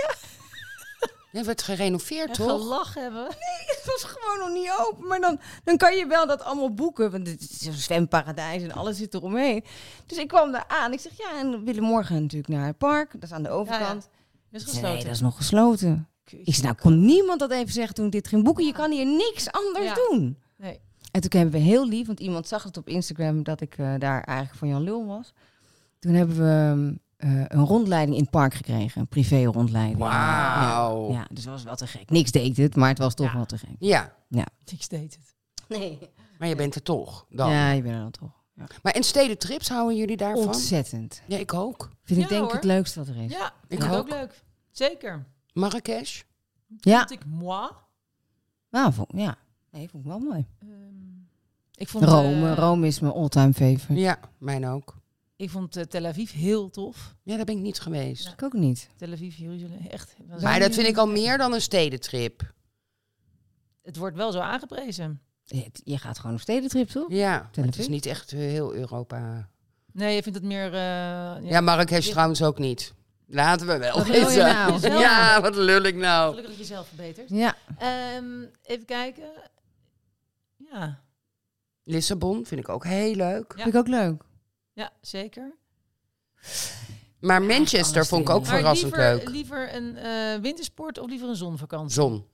Speaker 4: Het werd gerenoveerd,
Speaker 3: En
Speaker 4: toch?
Speaker 3: gelach hebben.
Speaker 5: Het was gewoon nog niet open. Maar dan kan je wel dat allemaal boeken. Want het is een zwemparadijs en alles zit eromheen. Dus ik kwam daar aan. Ik zeg, ja, en we willen morgen natuurlijk naar het park. Dat is aan de overkant.
Speaker 3: Dat is
Speaker 5: Ze zei,
Speaker 3: gesloten.
Speaker 5: nee, dat is nog gesloten. Ik zei, nou, kon niemand dat even zeggen toen ik dit ging boeken? Je kan hier niks anders
Speaker 3: Ja.
Speaker 5: doen.
Speaker 3: Nee.
Speaker 5: En toen hebben we heel lief, want iemand zag het op Instagram dat ik daar eigenlijk van Jan Lul was. Toen hebben we een rondleiding in het park gekregen. Een privé rondleiding.
Speaker 4: Wauw.
Speaker 5: Ja, dus dat was wel te gek. Niks deed het, maar het was toch
Speaker 3: Ja.
Speaker 5: wel te gek.
Speaker 4: Ja,
Speaker 3: Niks deed het.
Speaker 5: Nee.
Speaker 4: maar je bent er toch dan.
Speaker 5: Ja, je bent er dan toch. Ja.
Speaker 4: Maar en stedentrips, houden jullie daarvan?
Speaker 5: Ontzettend.
Speaker 4: Ja, ik ook.
Speaker 5: Vind ik
Speaker 3: Ja,
Speaker 5: denk
Speaker 3: hoor.
Speaker 5: het leukste wat er is.
Speaker 3: Ja,
Speaker 4: Ik
Speaker 3: vind ik ook
Speaker 4: ook.
Speaker 3: leuk. Zeker.
Speaker 4: Marrakesh?
Speaker 5: Ja.
Speaker 3: Vond ik moi.
Speaker 5: Nou, vond ik wel mooi.
Speaker 3: Ik vond,
Speaker 5: Rome is mijn all-time favorite.
Speaker 4: Ja, mijn ook.
Speaker 3: Ik vond Tel Aviv heel tof.
Speaker 4: Ja, daar ben ik niet geweest.
Speaker 5: Ik ook niet.
Speaker 3: Tel Aviv, Jeruzalem, echt.
Speaker 4: Maar dat vind ik al meer dan een stedentrip.
Speaker 3: Het wordt wel zo aangeprezen.
Speaker 5: Je gaat gewoon op stedentrip, toch?
Speaker 4: Ja,
Speaker 5: Tel
Speaker 4: het is
Speaker 5: Aviv?
Speaker 4: niet echt heel Europa.
Speaker 3: Nee, je vindt het meer...
Speaker 4: Ja, Marrakesh trouwens ook niet. Laten we wel
Speaker 5: Wat lul je
Speaker 4: eens.
Speaker 5: nou?
Speaker 4: Ja, wat lul ik nou.
Speaker 3: Gelukkig dat je zelf verbetert.
Speaker 5: Ja.
Speaker 3: Even kijken. Ja.
Speaker 4: Lissabon vind ik ook heel leuk.
Speaker 3: Ja.
Speaker 5: Vind ik ook leuk.
Speaker 3: Ja, zeker.
Speaker 4: Maar Manchester
Speaker 5: alles
Speaker 4: vond ik ook
Speaker 3: Maar
Speaker 4: verrassend leuk.
Speaker 3: liever een wintersport of liever een zonvakantie?
Speaker 4: Zon.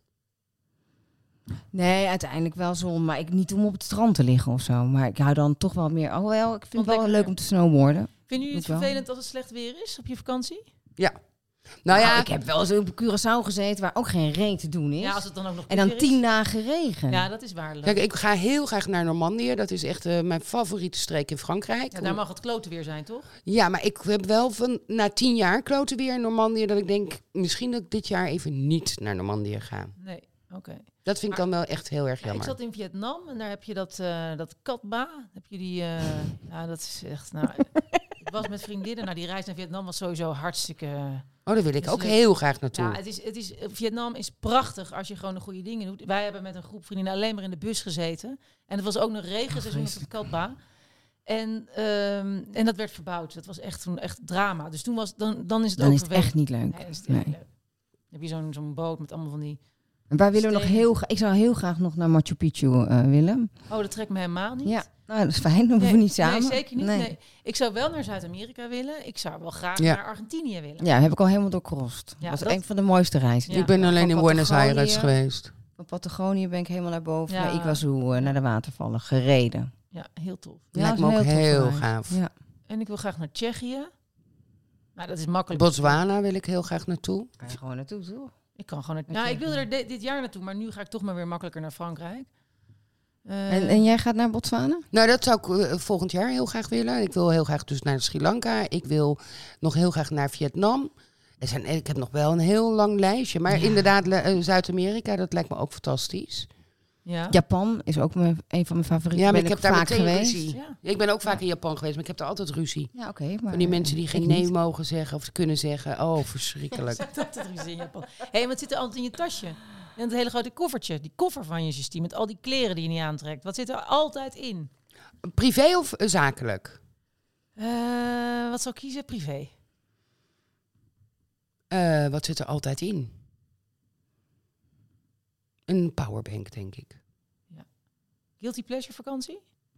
Speaker 5: Nee, uiteindelijk wel zon. Maar ik niet om op het strand te liggen of zo. Maar ik hou dan toch wel meer... Oh wel, ik vind het wel
Speaker 3: lekker
Speaker 5: leuk
Speaker 3: weer.
Speaker 5: om te snowboarden.
Speaker 3: Vinden jullie het
Speaker 5: Doe ik wel.
Speaker 3: vervelend als het slecht weer is op je vakantie?
Speaker 4: Ja. Nou ja,
Speaker 5: Ik heb wel eens op Curaçao gezeten waar ook geen reet te doen is.
Speaker 3: Ja, als het dan ook nog
Speaker 5: En dan
Speaker 3: goed weer is.
Speaker 5: 10 dagen regen.
Speaker 3: Ja, dat is waar.
Speaker 4: kijk, ik ga heel graag naar Normandië. Dat is echt mijn favoriete streek in Frankrijk.
Speaker 3: Ja, daar mag het klote weer zijn, toch?
Speaker 4: Ja, maar ik heb wel na 10 jaar kloten weer in Normandië... dat ik denk, misschien dat ik dit jaar even niet naar Normandië ga.
Speaker 3: Nee, oké.
Speaker 4: Dat vind ik dan wel echt heel erg
Speaker 3: Ja, ik
Speaker 4: jammer.
Speaker 3: zat in Vietnam en daar heb je dat Katba. Heb je die... ja, dat is echt... Nou, ik was met vriendinnen. Nou, die reis naar Vietnam was sowieso hartstikke...
Speaker 4: Oh, daar wil ik
Speaker 3: is
Speaker 4: ook
Speaker 3: leuk.
Speaker 4: heel graag naartoe.
Speaker 3: Ja, Vietnam is prachtig als je gewoon de goede dingen doet. Wij hebben met een groep vrienden alleen maar in de bus gezeten. En het was ook nog regenseizoen op het Katba. En dat werd verbouwd. Dat was toen echt drama. Dus toen was dan is het
Speaker 5: Dan is het
Speaker 3: overwegen.
Speaker 5: echt niet leuk.
Speaker 3: Nee, dan is het echt niet leuk. Dan heb je zo'n boot met allemaal van die...
Speaker 5: En waar willen we nog
Speaker 3: stenen.
Speaker 5: heel graag... Ik zou heel graag nog naar Machu Picchu willen.
Speaker 3: Oh, dat trekt me helemaal niet.
Speaker 5: Ja, nou, dat is fijn. Dan hoeven we niet samen.
Speaker 3: Nee, zeker niet.
Speaker 5: Nee.
Speaker 3: Nee. Ik zou wel naar Zuid-Amerika willen. Ik zou wel graag
Speaker 4: Ja.
Speaker 3: naar Argentinië willen.
Speaker 5: Ja, heb ik al helemaal doorkrost.
Speaker 3: Ja,
Speaker 5: dat is
Speaker 3: dat-
Speaker 5: een van de mooiste reizen.
Speaker 3: Ja.
Speaker 4: Ik ben alleen
Speaker 5: Van
Speaker 4: in Buenos
Speaker 5: Patagonië.
Speaker 4: Aires geweest.
Speaker 5: Van Patagonië ben ik helemaal naar boven.
Speaker 3: Ja.
Speaker 5: Naar Iguazu, naar de watervallen, gereden.
Speaker 3: Ja, heel tof.
Speaker 5: Ja,
Speaker 4: Lijkt
Speaker 5: dat
Speaker 4: me
Speaker 5: is
Speaker 4: ook
Speaker 5: een heel
Speaker 4: heel
Speaker 5: toffe reis.
Speaker 4: gaaf.
Speaker 5: Ja.
Speaker 3: En ik wil graag naar Tsjechië. Nou, dat is makkelijk.
Speaker 4: Botswana wil ik heel graag naartoe.
Speaker 5: Kan je gewoon naartoe, toch?
Speaker 3: Ik kan gewoon
Speaker 5: Met
Speaker 3: nou, ik
Speaker 5: Tsjechië.
Speaker 3: wilde er dit jaar naartoe, maar nu ga ik toch maar weer makkelijker naar Frankrijk.
Speaker 5: En jij gaat naar Botswana?
Speaker 4: Nou, dat zou ik volgend jaar heel graag willen. Ik wil heel graag dus naar Sri Lanka. Ik wil nog heel graag naar Vietnam. Ik heb nog wel een heel lang lijstje. Maar inderdaad, Zuid-Amerika, dat lijkt me ook fantastisch.
Speaker 3: Ja.
Speaker 5: Japan is ook een van mijn favorieten.
Speaker 4: Ja, maar
Speaker 5: ben
Speaker 4: ik heb daar
Speaker 5: vaak
Speaker 4: meteen
Speaker 5: geweest.
Speaker 4: ruzie.
Speaker 3: Ja.
Speaker 4: Ik ben ook vaak in Japan geweest, maar ik heb daar altijd ruzie.
Speaker 5: Ja, oké. maar
Speaker 4: Van die mensen die geen
Speaker 5: ik
Speaker 4: nee
Speaker 5: niet.
Speaker 4: mogen zeggen of kunnen zeggen. Oh, verschrikkelijk.
Speaker 3: Dat is in Japan. Hé, wat zit er altijd in je tasje? En het hele grote koffertje. Die koffer van je systeem met al die kleren die je niet aantrekt. Wat zit er altijd in?
Speaker 4: Privé of zakelijk?
Speaker 3: Wat zou ik kiezen? Privé.
Speaker 4: Wat zit er altijd in? Een powerbank, denk ik.
Speaker 3: Guilty pleasure vakantie?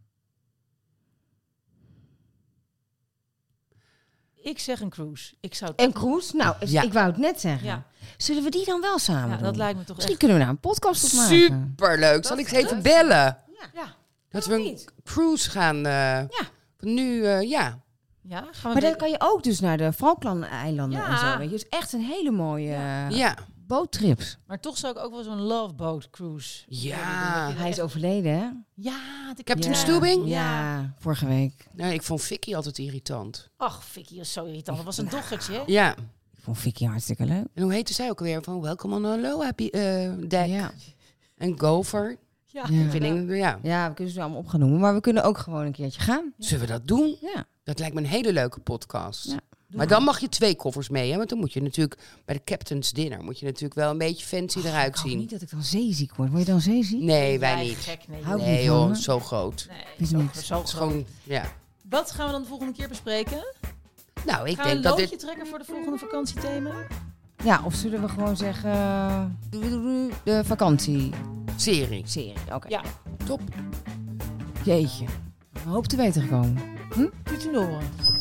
Speaker 3: Ik zeg een cruise. Ik zou
Speaker 5: En cruise? Nou,
Speaker 4: Ja.
Speaker 5: ik wou het net zeggen.
Speaker 3: Ja.
Speaker 5: Zullen we die dan wel samen
Speaker 3: Ja,
Speaker 5: doen?
Speaker 3: dat lijkt me toch
Speaker 5: Misschien
Speaker 3: echt...
Speaker 5: kunnen we daar een podcast op maken.
Speaker 4: Superleuk. Zal ik ze even bellen?
Speaker 3: Ja.
Speaker 4: Dat we een cruise gaan. Nu, ja.
Speaker 3: Ja, gaan we
Speaker 5: Maar dan kan je ook dus naar de Falklandeilanden
Speaker 3: Ja.
Speaker 5: en zo. Weet je. Het is echt een hele mooie
Speaker 4: Ja.
Speaker 5: boottrips.
Speaker 3: Maar toch zou ik ook wel zo'n loveboat cruise.
Speaker 4: Ja.
Speaker 3: willen.
Speaker 5: Hij is overleden, hè?
Speaker 3: Ja, de
Speaker 4: Captain
Speaker 5: Ja.
Speaker 4: Stubing?
Speaker 5: Ja, vorige week.
Speaker 4: Nee, ik vond Vicky altijd irritant.
Speaker 3: Ach, Vicky is zo irritant. Dat was een dochtertje, hè?
Speaker 4: Ja.
Speaker 5: Ik vond Vicky hartstikke leuk.
Speaker 4: En hoe heette zij ook alweer? Van Welcome on Hello Happy Deck.
Speaker 5: Ja.
Speaker 4: En Gopher.
Speaker 3: Ja.
Speaker 5: Ja.
Speaker 4: Vind ik, ja.
Speaker 5: Ja, we kunnen ze allemaal opgenoemen. Maar we kunnen ook gewoon een keertje gaan.
Speaker 4: Zullen we dat doen?
Speaker 5: Ja.
Speaker 4: Dat lijkt me een hele leuke podcast.
Speaker 5: Ja.
Speaker 4: Maar dan mag je 2 koffers mee, hè? Want dan moet je natuurlijk bij de Captain's Dinner moet je natuurlijk wel een beetje fancy eruit
Speaker 5: Ik hoop
Speaker 4: zien.
Speaker 5: niet dat ik dan zeeziek word. Word je dan zeeziek?
Speaker 4: Nee, wij
Speaker 3: Jij
Speaker 4: niet.
Speaker 3: Gek, nee.
Speaker 5: Hou ik
Speaker 4: Nee
Speaker 5: niet van,
Speaker 4: joh,
Speaker 5: hè?
Speaker 4: zo groot.
Speaker 3: Nee,
Speaker 5: Is
Speaker 3: zo,
Speaker 5: niet.
Speaker 3: zo
Speaker 4: Het is
Speaker 3: groot.
Speaker 4: gewoon, ja.
Speaker 3: Wat gaan we dan de volgende keer bespreken?
Speaker 4: Nou, ik
Speaker 3: Gaan we een
Speaker 4: denk dat
Speaker 3: loodje
Speaker 4: dit...
Speaker 3: trekken voor de volgende vakantiethema?
Speaker 5: Ja, of zullen we gewoon zeggen... de vakantieserie.
Speaker 4: Serie.
Speaker 5: Oké.
Speaker 3: Ja.
Speaker 4: Top.
Speaker 5: Jeetje. Een hoop te weten gekomen.
Speaker 3: Tot je horen.